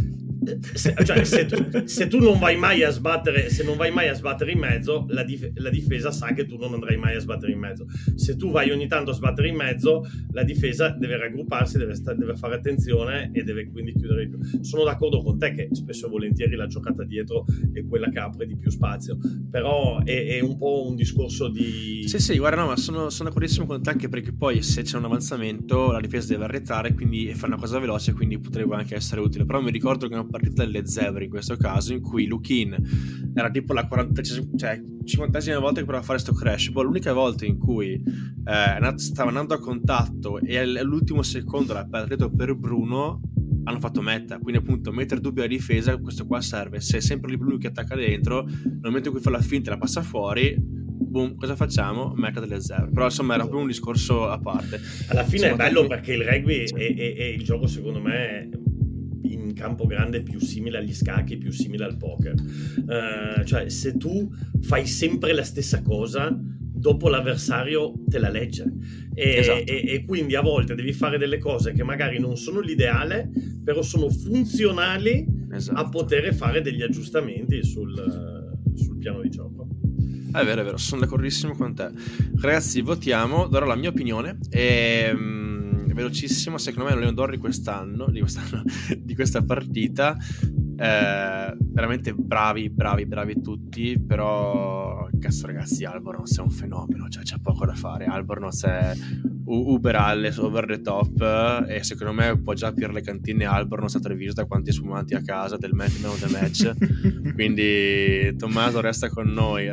Cioè, se tu non vai mai a sbattere, se non vai mai a sbattere in mezzo, la difesa sa che tu non andrai mai a sbattere in mezzo. Se tu vai ogni tanto a sbattere in mezzo, la difesa deve raggrupparsi, deve fare attenzione e deve quindi chiudere di più. Sono d'accordo con te che spesso e volentieri la giocata dietro è quella che apre di più spazio, però è un po' un discorso di... Sì, guarda, no, ma sono d'accordissimo con te, anche perché poi se c'è un avanzamento la difesa deve arretrare, quindi e fare una cosa veloce, quindi potrebbe anche essere utile. Però mi ricordo che una partita delle Zebre in questo caso, in cui Lukin era tipo la 50esima volta che provava a fare sto crash ball, l'unica volta in cui stava andando a contatto e all'ultimo secondo l'ha perduto per Bruno, hanno fatto meta, quindi appunto mettere dubbio alla difesa, questo qua serve. Se è sempre lì Bruno che attacca dentro, nel momento in cui fa la finta e la passa fuori, boom, cosa facciamo? Meta delle Zebre. Però insomma era proprio un discorso a parte. Alla fine è bello perché il rugby è il gioco, secondo me, in campo grande più simile agli scacchi, più simile al poker. Cioè se tu fai sempre la stessa cosa, dopo l'avversario te la legge e quindi a volte devi fare delle cose che magari non sono l'ideale, però sono funzionali a poter fare degli aggiustamenti sul piano di gioco. È vero, sono d'accordissimo con te. Ragazzi, votiamo, darò la mia opinione velocissimo. Secondo me Leon d'Oro di questa partita, veramente bravi tutti, però cazzo ragazzi, Albornoz è un fenomeno, cioè c'è poco da fare. Albornoz è Uber Alles over the top e secondo me può già aprire le cantine Albornoz a Treviso da quanti sfumanti a casa del Man of the Match. Quindi Tommaso resta con noi,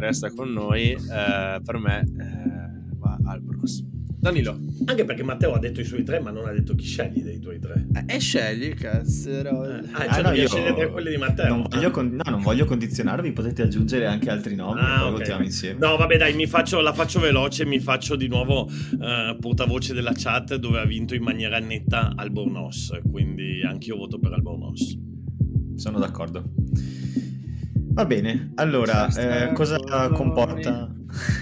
per me va Albornoz. Danilo. Anche perché Matteo ha detto i suoi 3, ma non ha detto chi scegli dei tuoi 3. Scegli, cazzo. Io scegliere tra quelli di Matteo. Non voglio condizionarvi, potete aggiungere anche altri nomi, poi votiamo insieme. No, vabbè, dai, la faccio veloce, mi faccio di nuovo portavoce della chat, dove ha vinto in maniera netta Albornoz, quindi anch'io voto per Albornoz. Sono d'accordo. Va bene, allora, cosa comporta...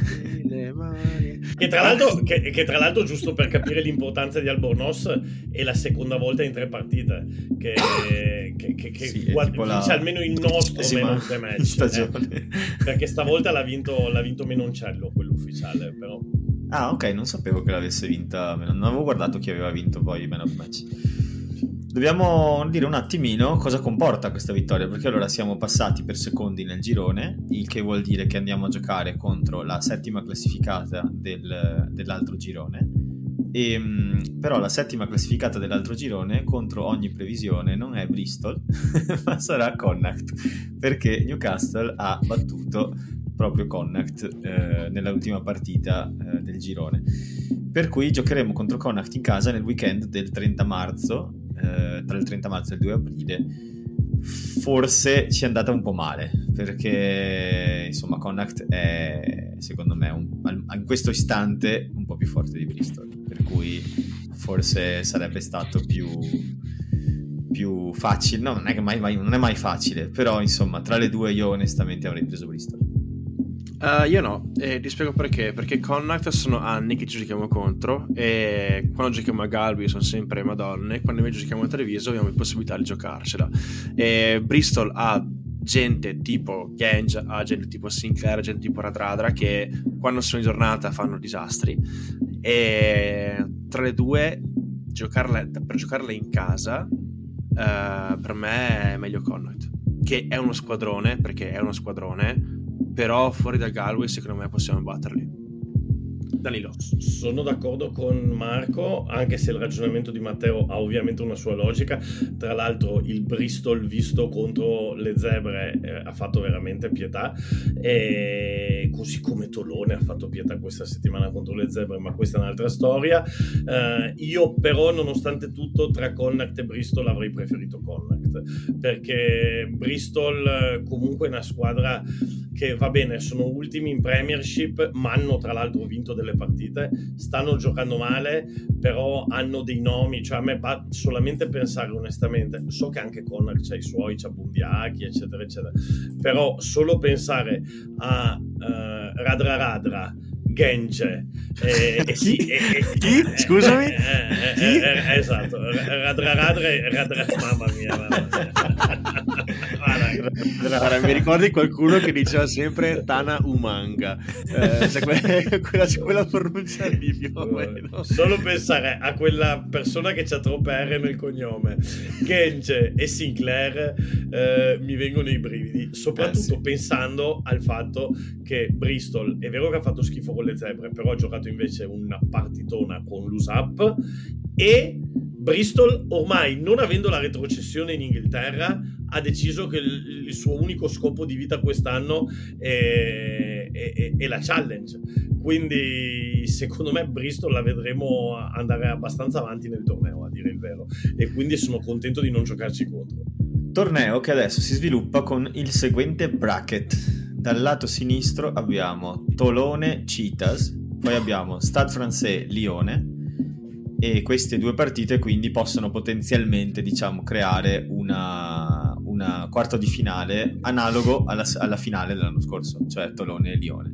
le mani. Che tra l'altro, giusto per capire l'importanza di Albornoz, è la seconda volta in 3 partite che Sì, vince almeno il nostro Man of the Match, stagione. perché stavolta l'ha vinto Menoncello, quello ufficiale, però. Ah, ok, non sapevo che l'avesse vinta, non avevo guardato chi aveva vinto poi Man of the Match. Dobbiamo dire un attimino cosa comporta questa vittoria, perché allora siamo passati per secondi nel girone, il che vuol dire che andiamo a giocare contro la settima classificata dell'altro girone, però la settima classificata dell'altro girone contro ogni previsione non è Bristol ma sarà Connacht, perché Newcastle ha battuto proprio Connacht nell'ultima partita del girone, per cui giocheremo contro Connacht in casa nel weekend del 30 marzo, tra il 30 marzo e il 2 aprile. Forse ci è andata un po' male, perché insomma Connacht è secondo me in questo istante un po' più forte di Bristol, per cui forse sarebbe stato più facile. No, non è mai facile, però insomma tra le due io onestamente avrei preso Bristol. Io no, e ti spiego perché. Perché Connacht sono anni che ci giochiamo contro, e quando giochiamo a Galway sono sempre madonne, quando invece giochiamo a Treviso abbiamo la possibilità di giocarcela. E Bristol ha gente tipo Genge, ha gente tipo Sinclair, gente tipo Radradra che quando sono in giornata fanno disastri, e tra le due per giocarle in casa per me è meglio Connacht, che è uno squadrone, però fuori da Galway secondo me possiamo batterli. Danilo. Sono d'accordo con Marco, anche se il ragionamento di Matteo ha ovviamente una sua logica. Tra l'altro il Bristol visto contro le Zebre ha fatto veramente pietà, e così come Tolone ha fatto pietà questa settimana contro le Zebre, ma questa è un'altra storia. Io però nonostante tutto tra Connacht e Bristol avrei preferito Connacht, perché Bristol comunque è una squadra che va bene, sono ultimi in Premiership, ma hanno tra l'altro vinto delle partite, stanno giocando male, però hanno dei nomi, cioè a me solamente pensare onestamente, so che anche Connacht c'ha i suoi, c'ha Bundiaki eccetera eccetera, però solo pensare a Radradra, Genge chi? Scusami? Chi? Esatto, Radradra, mamma mia. Mi ricordi qualcuno che diceva sempre Tana Umanga, quella pronuncia lì più o meno. Solo pensare a quella persona che c'ha troppe R nel cognome, Genge e Sinclair, mi vengono i brividi, soprattutto pensando al fatto che Bristol è vero che ha fatto schifo con le Zebre, però ha giocato invece una partitona con l'USAP, e Bristol ormai, non avendo la retrocessione in Inghilterra, ha deciso che il suo unico scopo di vita quest'anno è la Challenge, quindi secondo me Bristol la vedremo andare abbastanza avanti nel torneo, a dire il vero, e quindi sono contento di non giocarci contro. Torneo che adesso si sviluppa con il seguente bracket. Dal lato sinistro abbiamo Tolone Citas, poi abbiamo Stade Français Lione, e queste due partite quindi possono potenzialmente, diciamo, creare una quarto di finale analogo alla finale dell'anno scorso, cioè Tolone e Lione.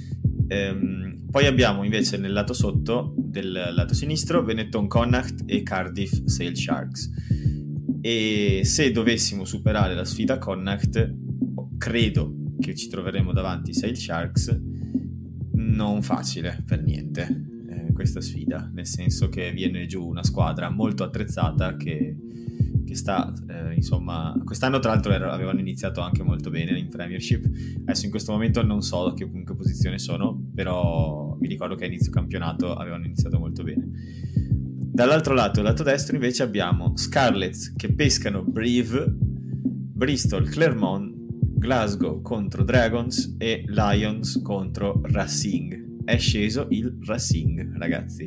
Poi abbiamo invece nel lato sotto, del lato sinistro, Benetton Connacht e Cardiff Sale Sharks, e se dovessimo superare la sfida Connacht credo che ci troveremo davanti Sale Sharks. Non facile per niente questa sfida, nel senso che viene giù una squadra molto attrezzata che sta insomma, quest'anno tra l'altro avevano iniziato anche molto bene in Premiership, adesso in questo momento non so in che posizione sono, però mi ricordo che a inizio campionato avevano iniziato molto bene. Dall'altro lato, lato destro, invece abbiamo Scarlets che pescano Brive, Bristol Clermont, Glasgow contro Dragons e Lions contro Racing. È sceso il Racing, ragazzi.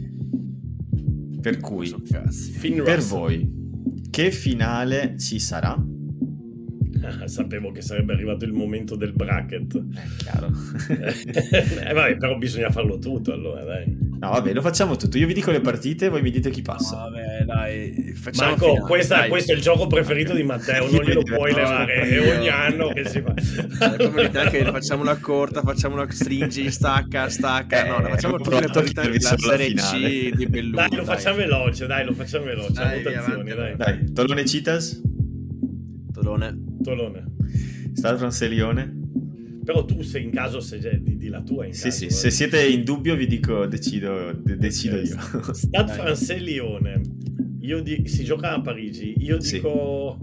Per cui, per voi, che finale ci sarà? sapevo che sarebbe arrivato il momento del bracket. Chiaro. Vabbè, però bisogna farlo tutto, allora, dai. No, vabbè, lo facciamo tutto. Io vi dico le partite, voi mi dite chi passa. Vabbè, dai, facciamo Marco, finale, questo è il gioco preferito di Matteo, non glielo puoi levare, è ogni anno che si fa. La probabilità che facciamola corta, facciamola stringi, stacca, no, la facciamo tutte le partite della Serie C di Belluno. Dai, lo facciamo veloce, Dai, votazioni, dai. Dai, Tolone Citas? Tolone. Stade Francais Lione? Però tu sei in caso, di la tua in Sì, caso. sì, se siete in dubbio vi dico, decido io. Stade Francais Lione. Si gioca a Parigi. Io dico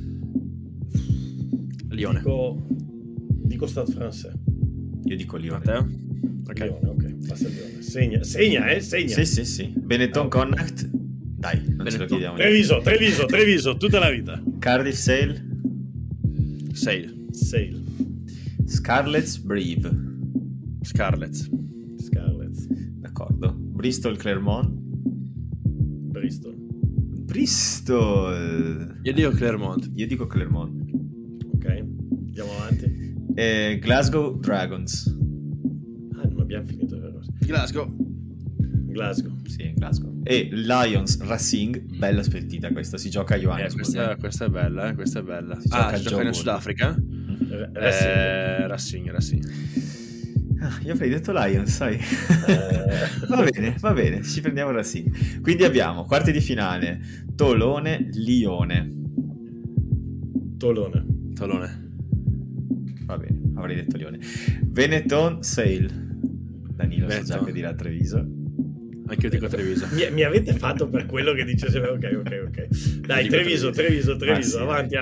Lione. Dico Stade Francais. Io dico Lione. Matteo? Ok. Lione, ok, passa Lione. Segna. Sì. Benetton Connacht. Dai, non ce lo chiediamo. Treviso, tutta la vita. Cardiff Sale. Sale. Scarlets Brive. Scarlets. D'accordo. Bristol Clermont. Bristol. Io dico Clermont. Ok, andiamo avanti. Glasgow Dragons. Non abbiamo finito, vero? Glasgow. Sì, Glasgow. E Lions Racing. Bella partita questa, si gioca a Johannesburg. Questa è bella. Si Gioca in Sudafrica? Racing. Io avrei detto Lions, sai. Va bene, ci prendiamo Racing. Quindi abbiamo quarti di finale Tolone Lione. Tolone. Va bene, avrei detto Lione. Benetton Sale. Danilo sa già che dirà Treviso. Anche io dico Treviso. Mi avete fatto per quello che dice ok. Dai, Treviso, sì. avanti.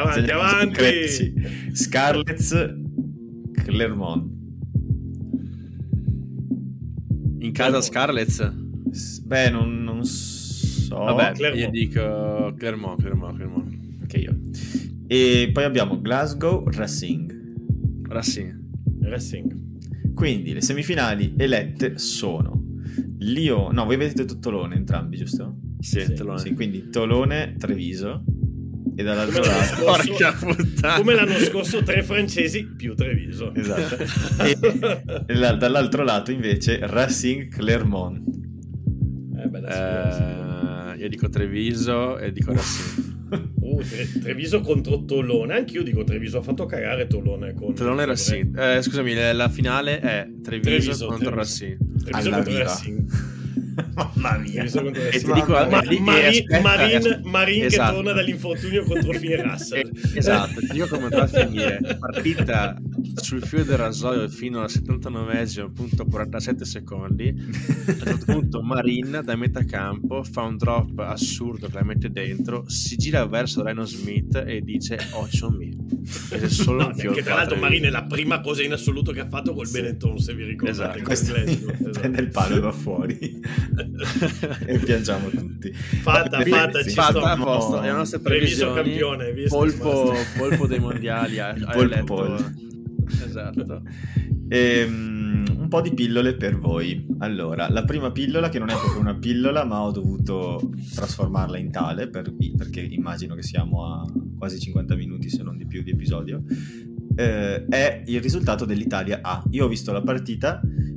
Scarlets Clermont. In casa Scarlets? Beh, non so. Vabbè, Clermont. io dico Clermont. Anche io. E poi abbiamo Glasgow Racing. Quindi le semifinali elette sono Lione. No, voi vedete tutto Tolone entrambi, giusto? Sì, Tolone. Sì, quindi Tolone Treviso. E dall'altro lato porca puttana, come l'anno scorso 3 francesi più Treviso. Esatto. E dall'altro lato invece Racing Clermont. Io dico Treviso e dico Racing. Treviso contro Tolone. Anch'io dico Treviso, ha fatto cagare Tolone con Tolone e Racing. Scusami, la finale è Treviso contro Racing. Treviso contro Racing. Mamma mia. E ti dico Marin che torna dall'infortunio contro Fini Russell. Esatto, ti dico come andrà a finire. Partita sul filo del rasoio fino al 79esimo, punto 47 secondi. A un certo punto Marin da metà campo fa un drop assurdo che la mette dentro, si gira verso Ryan Smith e dice sono me. È solo un fiore. Che tra l'altro Marin è la prima cosa in assoluto che ha fatto col Benetton, se vi ricordate. Esatto. Prende il palo e va fuori. E piangiamo tutti. Fatta, a posto. Le nostre previsioni. Campione, polpo dei mondiali. Polpo. Esatto. Un po' di pillole per voi. Allora, la prima pillola, che non è proprio una pillola, ma ho dovuto trasformarla in tale perché immagino che siamo a quasi 50 minuti, se non di più, di episodio. È il risultato dell'Italia A. Io ho visto la partita.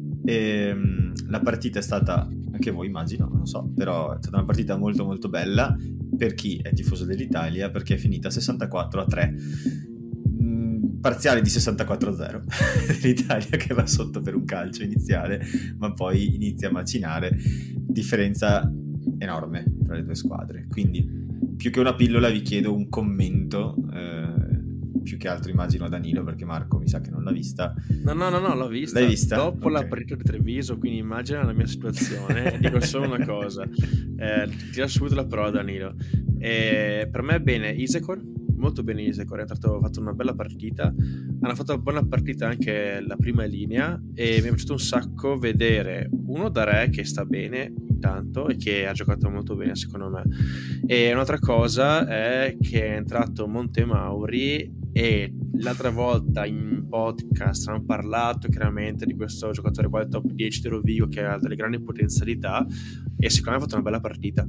La partita è stata, anche voi immagino, non so, però è stata una partita molto molto bella per chi è tifoso dell'Italia, perché è finita 64-3, parziale di 64-0. L'Italia che va sotto per un calcio iniziale, ma poi inizia a macinare, differenza enorme tra le due squadre. Quindi più che una pillola vi chiedo un commento, più che altro immagino Danilo, perché Marco mi sa che non l'ha vista. No, l'ho vista. L'hai vista? Dopo la partita di Treviso, quindi immagina la mia situazione. Dico solo una cosa, ti do subito la parola, Danilo. Per me è bene Isecor, molto bene Isecor, ha fatto una bella partita, hanno fatto una buona partita anche la prima linea e mi è piaciuto un sacco vedere uno da Re che sta bene intanto e che ha giocato molto bene secondo me, e un'altra cosa è che è entrato Montemauri e l'altra volta in podcast hanno parlato chiaramente di questo giocatore qua del top 10 dello Vigo che ha delle grandi potenzialità e secondo me ha fatto una bella partita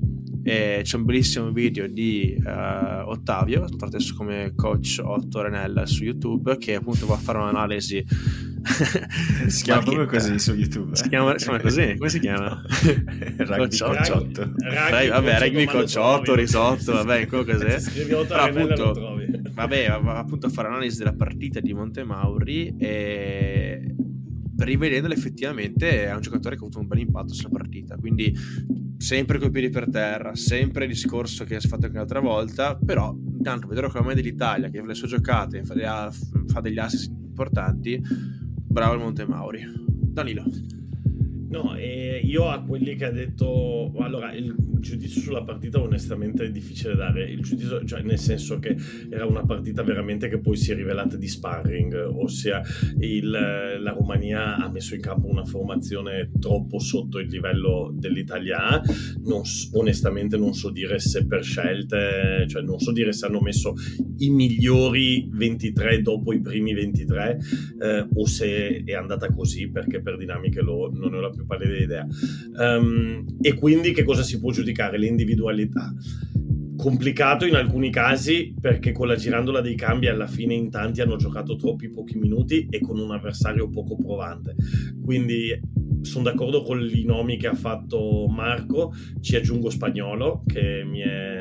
e c'è un bellissimo video di Ottavio, lo trovate come Coach Otto Renella su YouTube, che appunto va a fare un'analisi. Si chiama proprio così su YouTube. Si chiama così? Come si chiama? Rugby Coach 8. Vabbè, Rugby Coach 8, risotto, vabbè, cos'è? Però appunto, vabbè, va appunto a fare un'analisi della partita di Montemauri e rivedendolo effettivamente è un giocatore che ha avuto un bel impatto sulla partita, quindi sempre coi piedi per terra, sempre il discorso che si è fatto anche l'altra volta, però intanto vedrò come dell'Italia che fa le sue giocate, fa degli assist importanti, bravo il Montemauri. Danilo. No, io a quelli che ha detto, allora il giudizio sulla partita onestamente è difficile dare, il giudizio, cioè nel senso che era una partita veramente che poi si è rivelata di sparring, ossia la Romania ha messo in campo una formazione troppo sotto il livello dell'Italia, onestamente non so dire se per scelte, cioè non so dire se hanno messo i migliori 23 dopo i primi 23 o se è andata così perché per dinamiche non ne ho la più pallida idea. E quindi che cosa si può giudicare? Le individualità. Complicato in alcuni casi perché con la girandola dei cambi alla fine in tanti hanno giocato troppi pochi minuti e con un avversario poco provante, quindi sono d'accordo con i nomi che ha fatto Marco, ci aggiungo Spagnolo che mi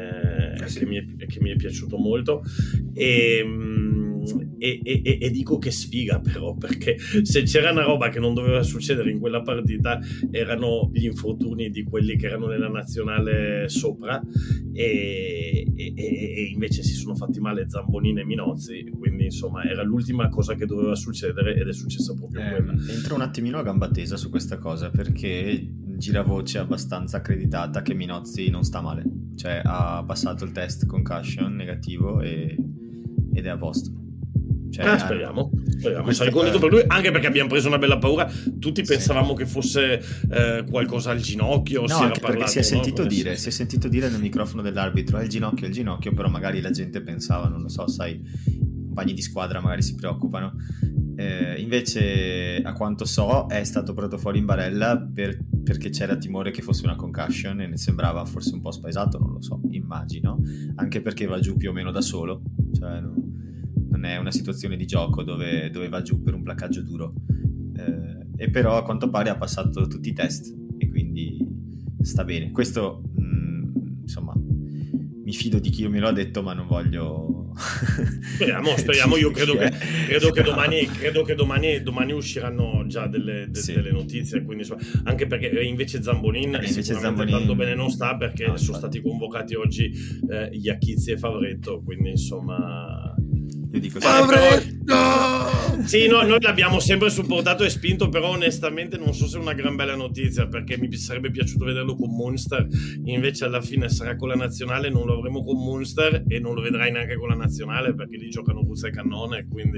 è piaciuto molto e dico che sfiga però, perché se c'era una roba che non doveva succedere in quella partita erano gli infortuni di quelli che erano nella nazionale sopra e invece si sono fatti male Zambonin e Minozzi, quindi insomma era l'ultima cosa che doveva succedere ed è successa proprio quella. Entro un attimino a gamba tesa su questa cosa perché gira voce abbastanza accreditata che Minozzi non sta male, cioè ha passato il test concussion negativo ed è a posto. Cioè, speriamo. Sarei contento per lui, anche perché abbiamo preso una bella paura. Tutti pensavamo che fosse qualcosa al ginocchio. No, anche perché si è sentito dire nel microfono dell'arbitro il ginocchio, però magari la gente pensava, non lo so, sai, i compagni di squadra magari si preoccupano. Invece a quanto so è stato portato fuori in barella perché c'era timore che fosse una concussion e ne sembrava forse un po' spaesato, non lo so, immagino, anche perché va giù più o meno da solo, cioè non è una situazione di gioco dove va giù per un placcaggio duro, e però a quanto pare ha passato tutti i test e quindi sta bene. Questo insomma mi fido di chi me lo ha detto, ma non voglio speriamo. Io credo che domani usciranno già delle notizie, quindi anche perché invece Zambonin tanto bene non sta, perché sono stati convocati oggi Iachizzi e Favretto, quindi insomma io dico sì, noi l'abbiamo sempre supportato e spinto, però onestamente non so se è una gran bella notizia, perché mi sarebbe piaciuto vederlo con Munster, invece alla fine sarà con la nazionale, non lo avremo con Munster e non lo vedrai neanche con la nazionale perché lì giocano Buzza e Cannone, quindi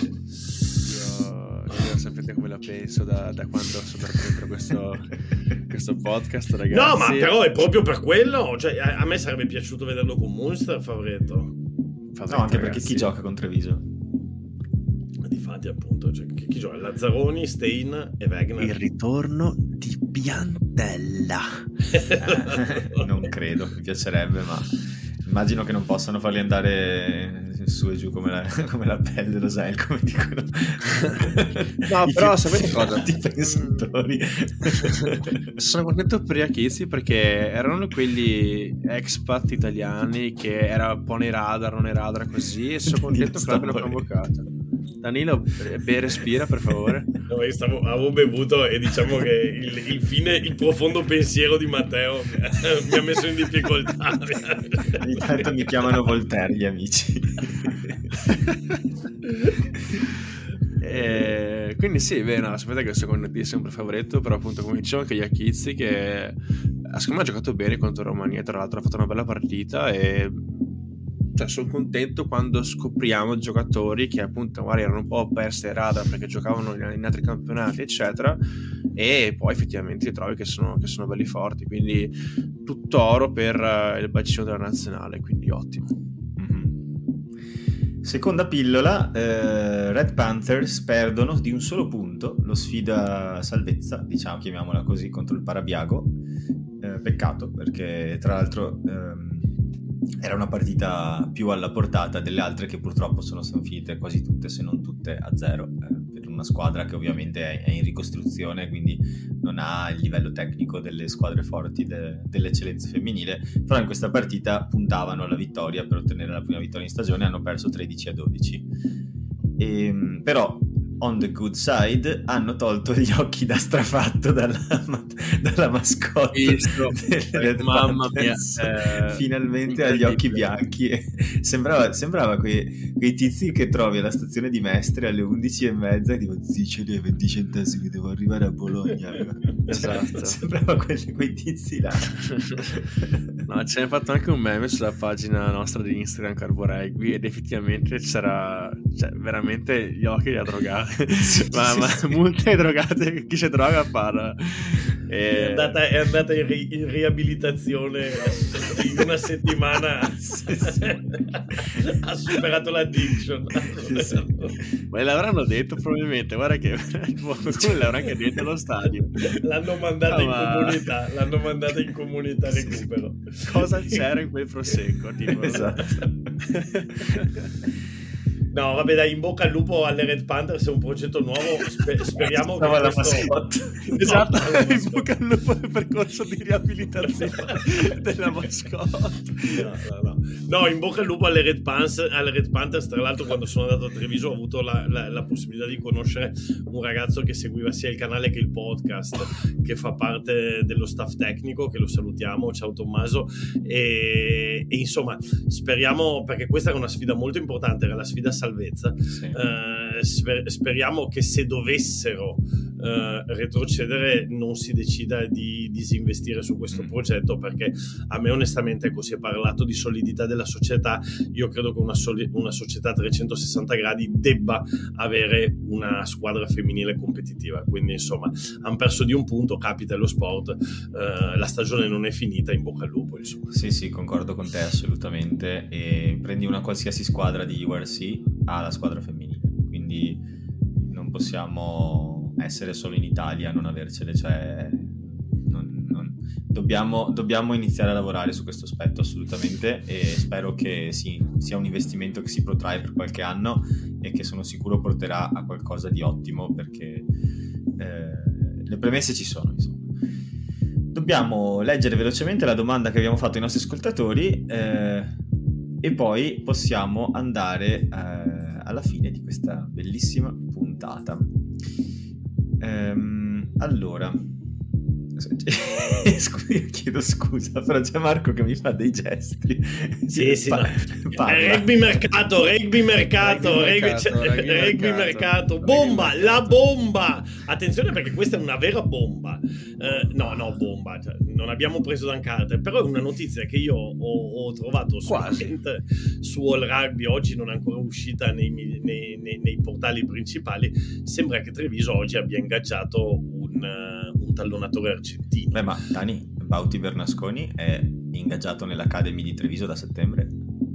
io sapete come la penso da quando sono dentro questo podcast, ragazzi. No, ma però è proprio per quello, cioè a me sarebbe piaciuto vederlo con Munster, Favretto. No, anche perché chi gioca con Treviso? Difatti appunto, cioè, chi gioca? Lazzaroni, Stein e Wegner. Il ritorno di Piantella. Non credo, mi piacerebbe, ma immagino che non possano farli andare su e giù come la pelle, lo sai, come dicono. No, però sapete cosa? I pensatori. Sono contento per Iachizzi perché erano quelli expat italiani che era un po' nei radar, non nei radar così, e sono contento che l'abbiano convocato. Danilo, respira per favore. No, io avevo bevuto e diciamo che il profondo pensiero di Matteo mi ha messo in difficoltà. Ogni tanto mi chiamano Voltaire gli amici. Quindi sì, bene, sapete che secondo me è sempre favoretto, però appunto come dicevo anche Iachizzi, che secondo me ha giocato bene contro Romania, tra l'altro ha fatto una bella partita e cioè sono contento quando scopriamo giocatori che appunto magari erano un po' persi ai radar perché giocavano in altri campionati eccetera, e poi effettivamente li trovi che sono belli forti, quindi tutto oro per il bacino della nazionale, quindi ottimo. Seconda pillola, Red Panthers perdono di un solo punto lo sfida salvezza, diciamo, chiamiamola così, contro il Parabiago. peccato, perché tra l'altro era una partita più alla portata delle altre che purtroppo sono finite quasi tutte, se non tutte, a 0, per una squadra che ovviamente è in ricostruzione, quindi non ha il livello tecnico delle squadre forti dell'eccellenza femminile, però in questa partita puntavano alla vittoria per ottenere la prima vittoria in stagione, hanno perso 13-12. Però on the good side hanno tolto gli occhi da strafatto dalla mascotte delle Red mamma Panthers. mia, Finalmente ha gli occhi bianchi e sembrava quei tizi che trovi alla stazione di Mestre alle 11:30 e dico ce ne 20 centesimi, devo arrivare a Bologna. Esatto. Sembrava quei tizi là. No, ce ne ha fatto anche un meme sulla pagina nostra di Instagram Carbo Rugby ed effettivamente c'era veramente gli occhi da drogati. ma molte drogate, chi si droga parla. È andata in riabilitazione in una settimana. Ha superato l'addiction. Ma l'avranno detto probabilmente, guarda che l'avranno anche detto allo stadio. L'hanno mandata in comunità recupero. Cosa c'era in quel prosecco? Tipo. Esatto. No, vabbè, dai, in bocca al lupo alle Red Panthers, è un progetto nuovo. Speriamo che la questo... mascotte. Esatto, in bocca al lupo nel percorso di riabilitazione della mascotte. No, in bocca al lupo alle Red Panthers. Tra l'altro, quando sono andato a Treviso ho avuto la possibilità di conoscere un ragazzo che seguiva sia il canale che il podcast, che fa parte dello staff tecnico, che lo salutiamo, ciao Tommaso, e insomma speriamo, perché questa era una sfida molto importante, era la sfida salvezza. Sì. Speriamo che se dovessero retrocedere non si decida di disinvestire su questo progetto, perché a me onestamente, ecco, si è parlato di solidità della società. Io credo che una società a 360 gradi debba avere una squadra femminile competitiva, quindi insomma hanno perso di un punto, capita lo sport, la stagione non è finita, in bocca al lupo, insomma. Sì, concordo con te assolutamente, e prendi una qualsiasi squadra di URC ha la squadra femminile, quindi non possiamo essere solo in Italia, non avercele, cioè dobbiamo iniziare a lavorare su questo aspetto assolutamente, e spero che sia un investimento che si protrae per qualche anno e che sono sicuro porterà a qualcosa di ottimo, perché le premesse ci sono, insomma. Dobbiamo leggere velocemente la domanda che abbiamo fatto ai nostri ascoltatori e poi possiamo andare alla fine di questa bellissima puntata. Allora, chiedo scusa, però c'è Marco che mi fa dei gesti. Sì, rugby mercato, bomba, la bomba. Attenzione, perché questa è una vera bomba. No, bomba, cioè, non abbiamo preso Dan Carter, però è una notizia che io ho trovato su All Rugby, oggi non è ancora uscita nei portali principali. Sembra che Treviso oggi abbia ingaggiato un tallonatore argentino. Beh, ma Dani, Bauti Bernasconi è ingaggiato nell'Academy di Treviso da settembre.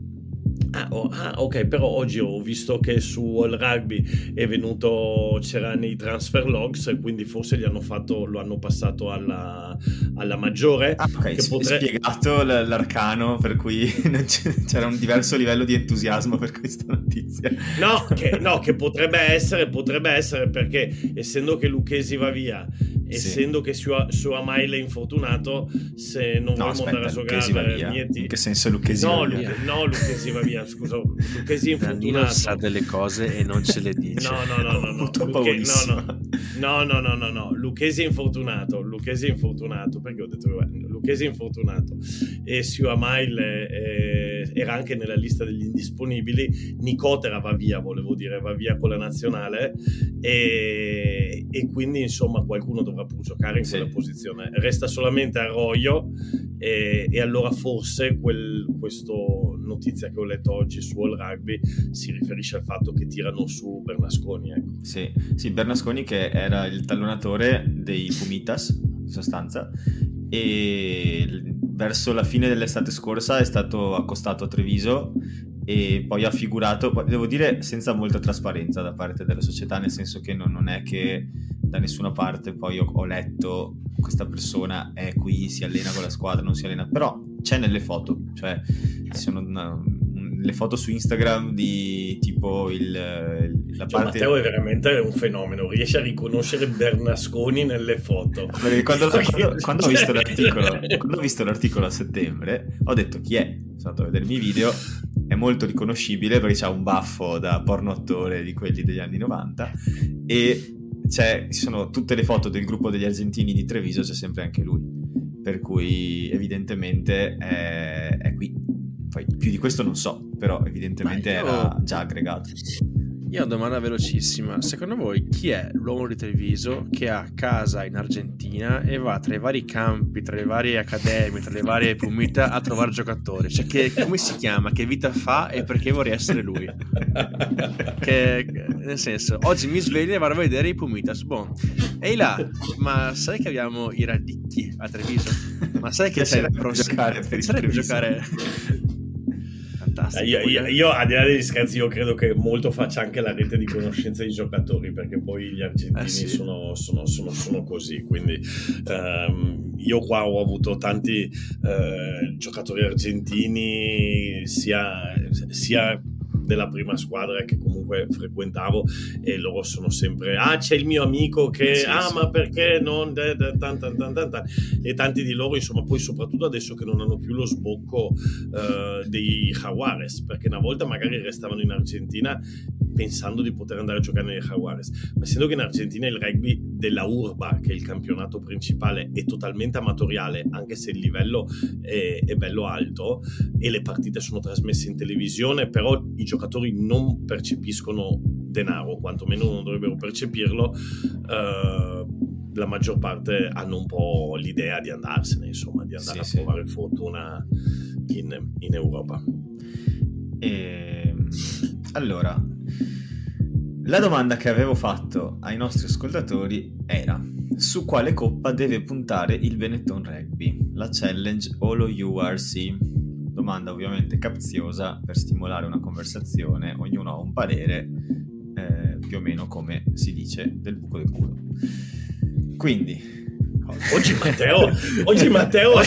Ok, però oggi ho visto che su All Rugby c'era nei transfer logs, quindi forse lo hanno passato alla maggiore. Ok, che spiegato l'arcano, per cui c'era un diverso livello di entusiasmo per questa notizia. No, che potrebbe essere perché essendo che Lucchesi va via, essendo che su Amaile è infortunato, se non vogliamo andare a giocare in che senso Lucchesi va via? No, Lucchesi va via, scusa, Lucchesi è infortunato. Danilo sa delle cose e non ce le dice. No. Lucchesi è infortunato, perché ho detto Lucchesi è infortunato, e Sue Amaile era anche nella lista degli indisponibili. Nicotera va via con la nazionale, e quindi insomma qualcuno dovrà pur giocare in quella posizione. Resta solamente Arroyo, e allora forse questa notizia che ho letto oggi su All Rugby si riferisce al fatto che tirano su Bernasconi, ecco. Sì, Bernasconi, che era il tallonatore dei Pumitas in sostanza, e verso la fine dell'estate scorsa è stato accostato a Treviso e poi ha figurato, devo dire, senza molta trasparenza da parte della società, nel senso che non è che da nessuna parte poi ho letto questa persona è qui, si allena con la squadra, non si allena, però c'è nelle foto, cioè ci sono le foto su Instagram di tipo la parte... Matteo è veramente un fenomeno, riesce a riconoscere Bernasconi nelle foto. Quando ho visto l'articolo a settembre ho detto chi è, sono andato a vedermi i video, è molto riconoscibile perché c'ha un baffo da porno attore di quelli degli anni 90 e ci sono tutte le foto del gruppo degli argentini di Treviso, c'è sempre anche lui, per cui evidentemente è qui. Poi più di questo non so, però evidentemente era già aggregato. Io ho una domanda velocissima. Secondo voi chi è l'uomo di Treviso che ha casa in Argentina e va tra i vari campi, tra le varie accademie, tra le varie pumità a trovare giocatori? Cioè, come si chiama? Che vita fa e perché vorrei essere lui? Nel senso, oggi mi sveglio e vado a vedere i Pumitas. Boh. Ehi là, ma sai che abbiamo i radicchi a Treviso? Ma sai che c'è il prossimo? Giocare Io al di là degli scherzi, io credo che molto faccia anche la rete di conoscenza dei giocatori, perché poi gli argentini sono così, quindi io qua ho avuto tanti giocatori argentini sia della prima squadra che comunque frequentavo, e loro sono sempre c'è il mio amico che ma perché non e tanti di loro, insomma, poi soprattutto adesso che non hanno più lo sbocco dei Jaguares, perché una volta magari restavano in Argentina pensando di poter andare a giocare nei Jaguares, ma essendo che in Argentina il rugby della Urba, che è il campionato principale, è totalmente amatoriale, anche se il livello è bello alto e le partite sono trasmesse in televisione, però i giocatori non percepiscono denaro, quantomeno non dovrebbero percepirlo. La maggior parte hanno un po' l'idea di andarsene, insomma, di andare a provare fortuna in Europa. Allora, la domanda che avevo fatto ai nostri ascoltatori era: su quale coppa deve puntare il Benetton Rugby? La Challenge o lo URC? Domanda ovviamente capziosa per stimolare una conversazione, ognuno ha un parere, più o meno come si dice del buco del culo. Quindi oggi Matteo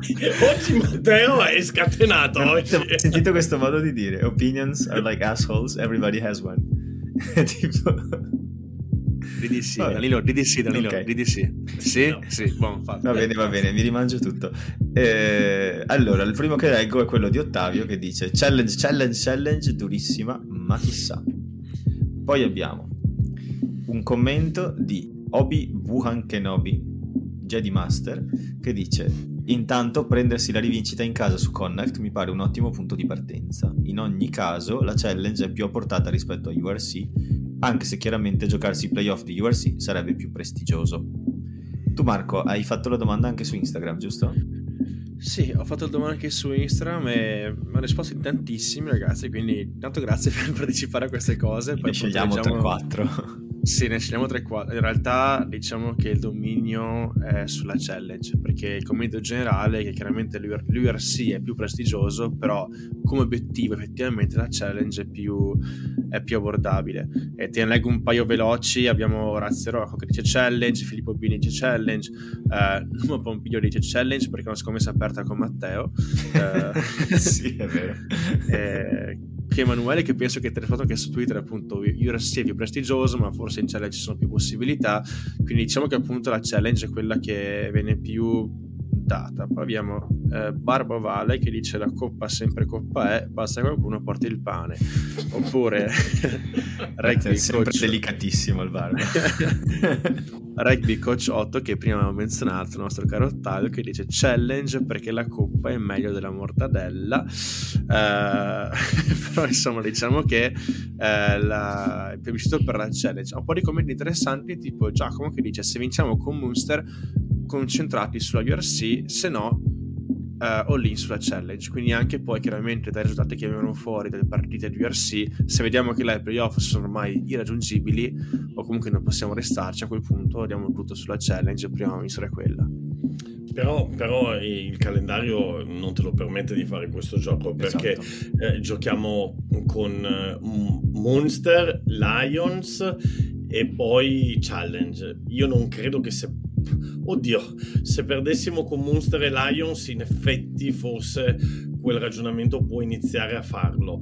è scatenato. Ho sentito questo modo di dire: opinions are like assholes, everybody has one. Tipo Ridi sì, Danilo, okay. Ridi sì. Sì, no. Sì, buon fatto. Va bene, mi rimangio tutto. Allora, il primo che leggo è quello di Ottavio che dice challenge, durissima, ma chissà. Poi abbiamo un commento di Obi Wuhan Kenobi, Jedi Master, che dice: intanto prendersi la rivincita in casa su Connacht mi pare un ottimo punto di partenza. In ogni caso la challenge è più a portata rispetto a URC, anche se chiaramente giocarsi i playoff di URC sarebbe più prestigioso. Tu, Marco, hai fatto la domanda anche su Instagram, giusto? Sì, ho fatto la domanda anche su Instagram e mi hanno risposto in tantissimi ragazzi, quindi tanto grazie per partecipare a queste cose. Ne scegliamo 3-4. Sì, ne scegliamo 3-4. In realtà diciamo che il dominio è sulla challenge, perché il commento generale è che chiaramente l'URC è più prestigioso, però come obiettivo effettivamente la challenge è più abbordabile. E te ne leggo un paio veloci. Abbiamo Orazio Rocco che dice challenge, Filippo Bini dice challenge, Numa Pompilio dice challenge perché è una scommessa aperta con Matteo. Sì, è vero. Che Emanuele, che penso che te l'hai fatto anche su Twitter, appunto URC è più prestigioso, ma forse in challenge ci sono più possibilità, quindi diciamo che appunto la challenge è quella che viene più data. Poi abbiamo Barbo Vale che dice la coppa sempre coppa è, basta che qualcuno porti il pane. Oppure Rugby è sempre coach... delicatissimo il Barbo. Rugby Coach 8 che prima avevo menzionato, il nostro caro Ottavio, che dice challenge perché la coppa è meglio della mortadella. Però insomma diciamo che il plebiscito per la challenge ha un po' di commenti interessanti, tipo Giacomo che dice se vinciamo con Munster concentrati sulla URC, se no all-in sulla challenge. Quindi anche poi chiaramente dai risultati che vengono fuori dalle partite di URC, se vediamo che i playoff sono ormai irraggiungibili o comunque non possiamo restarci, a quel punto diamo tutto sulla challenge e proviamo a vincere quella. Però il calendario non te lo permette di fare questo gioco, perché giochiamo con Munster, Lions e poi challenge. Io non credo che se perdessimo con Munster e Lions, in effetti forse quel ragionamento può iniziare a farlo.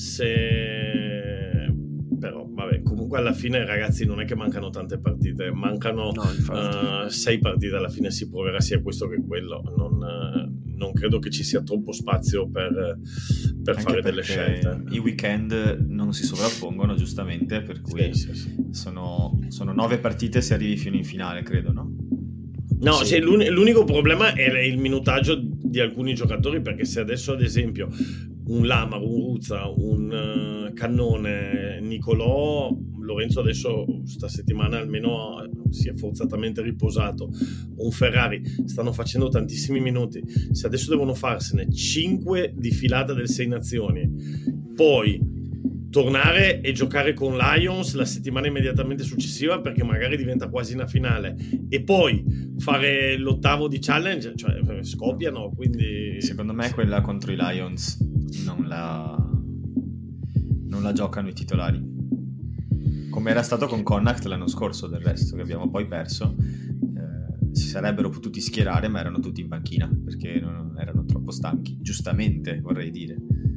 Però vabbè, comunque alla fine, ragazzi, non è che mancano tante partite, mancano 6 partite, alla fine si proverà sia questo che quello. Non credo che ci sia troppo spazio per fare delle scelte. I weekend non si sovrappongono, giustamente, per cui sì. Sono 9 partite se arrivi fino in finale, credo, no? No, Sì. cioè, l'unico problema è il minutaggio di alcuni giocatori, perché se adesso ad esempio un Lamar, un Ruzza, un Cannone, Nicolò, Lorenzo adesso sta settimana almeno si è forzatamente riposato, un Ferrari, stanno facendo tantissimi minuti, se adesso devono farsene 5 di filata del 6 Nazioni, poi tornare e giocare con Lions la settimana immediatamente successiva, perché magari diventa quasi una finale, e poi fare l'8avo di challenge, cioè scoppiano. Quindi secondo me quella contro i Lions non la giocano i titolari, come era stato con Connacht l'anno scorso, del resto, che abbiamo poi perso. Si sarebbero potuti schierare, ma erano tutti in panchina perché non erano troppo stanchi, giustamente, vorrei dire.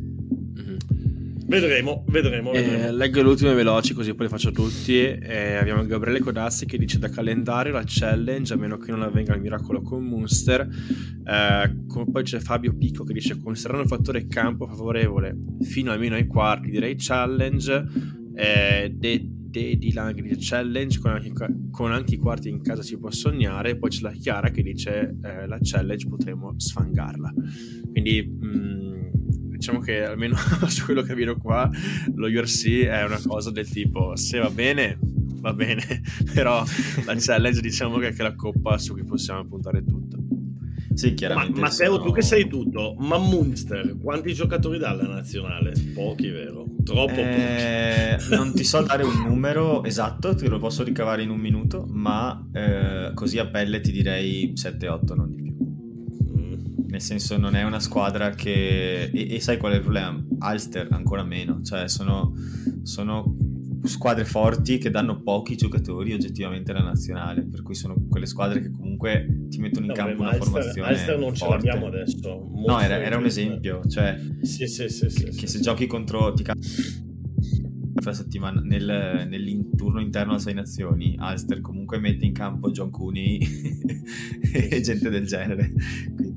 Vedremo. Leggo le ultime veloci, così poi le faccio tutti. Abbiamo Gabriele Codazzi che dice: da calendario la challenge, a meno che non avvenga il miracolo con Munster. Poi c'è Fabio Picco che dice: considerando il fattore campo favorevole fino almeno ai quarti, direi challenge. Di Lang dice challenge, con anche i quarti in casa si può sognare. Poi c'è la Chiara che dice la challenge potremo sfangarla. Quindi diciamo che almeno su quello che vedo qua lo URC è una cosa del tipo: se va bene, però la challenge diciamo che è la coppa su cui possiamo puntare tutto. Sì, chiaramente. Ma Matteo, tu che sei tutto, ma Munster quanti giocatori dà alla nazionale? Pochi, vero? Troppo pochi. Non ti so dare un numero esatto, te lo posso ricavare in un minuto, ma così a pelle ti direi 7-8, non di più. Nel senso, non è una squadra che... E sai qual è il problema? Ulster ancora meno, cioè sono squadre forti che danno pochi giocatori oggettivamente alla nazionale, per cui sono quelle squadre che comunque ti mettono in campo una formazione Ulster non forte. ce l'abbiamo adesso. No, era un esempio, cioè sì, che se giochi contro la settimana nel turno interno a 6 nazioni, Ulster comunque mette in campo John Cooney e gente del genere, quindi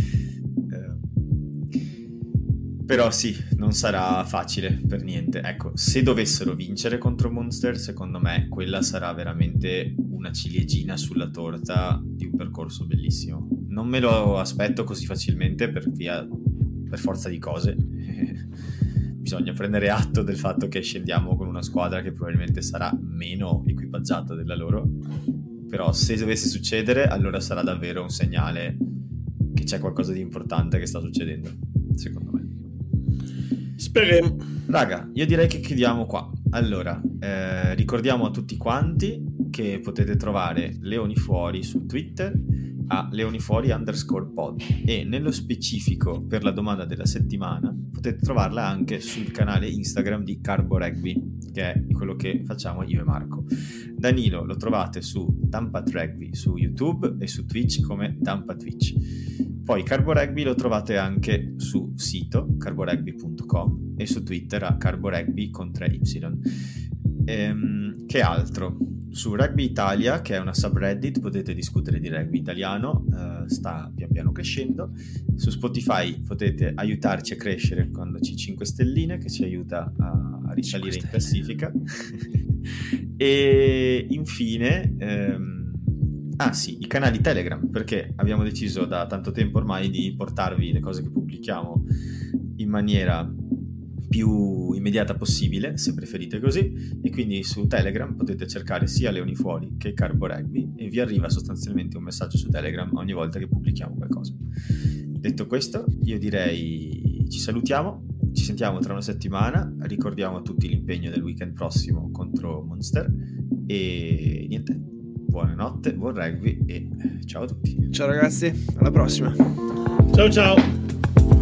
però sì, non sarà facile per niente. Ecco, se dovessero vincere contro Munster, secondo me quella sarà veramente una ciliegina sulla torta di un percorso bellissimo. Non me lo aspetto così facilmente per forza di cose. Bisogna prendere atto del fatto che scendiamo con una squadra che probabilmente sarà meno equipaggiata della loro, però se dovesse succedere, allora sarà davvero un segnale che c'è qualcosa di importante che sta succedendo, secondo me. Speriamo. Raga, io direi che chiudiamo qua. Allora, ricordiamo a tutti quanti che potete trovare Leoni Fuori su Twitter a leonifuori_pod, e nello specifico per la domanda della settimana potete trovarla anche sul canale Instagram di Carbo Rugby, che è quello che facciamo io e Marco. Danilo lo trovate su Tampa Rugby su YouTube e su Twitch come Tampa Twitch. Poi Carbo Rugby lo trovate anche su sito carborugby.com e su Twitter a carborugby con 3Y. Che altro? Su Rugby Italia, che è una subreddit, potete discutere di rugby italiano, sta pian piano crescendo. Su Spotify potete aiutarci a crescere condandoci 5 stelline, che ci aiuta a risalire in classifica. E infine sì, i canali Telegram, perché abbiamo deciso da tanto tempo ormai di portarvi le cose che pubblichiamo in maniera più immediata possibile, se preferite così, e quindi su Telegram potete cercare sia Leoni Fuori che Carbo Rugby e vi arriva sostanzialmente un messaggio su Telegram ogni volta che pubblichiamo qualcosa. Detto questo, io direi ci salutiamo, ci sentiamo tra una settimana, ricordiamo a tutti l'impegno del weekend prossimo contro Munster e niente, buonanotte, buon rugby e ciao a tutti. Ciao ragazzi, alla prossima. Ciao ciao.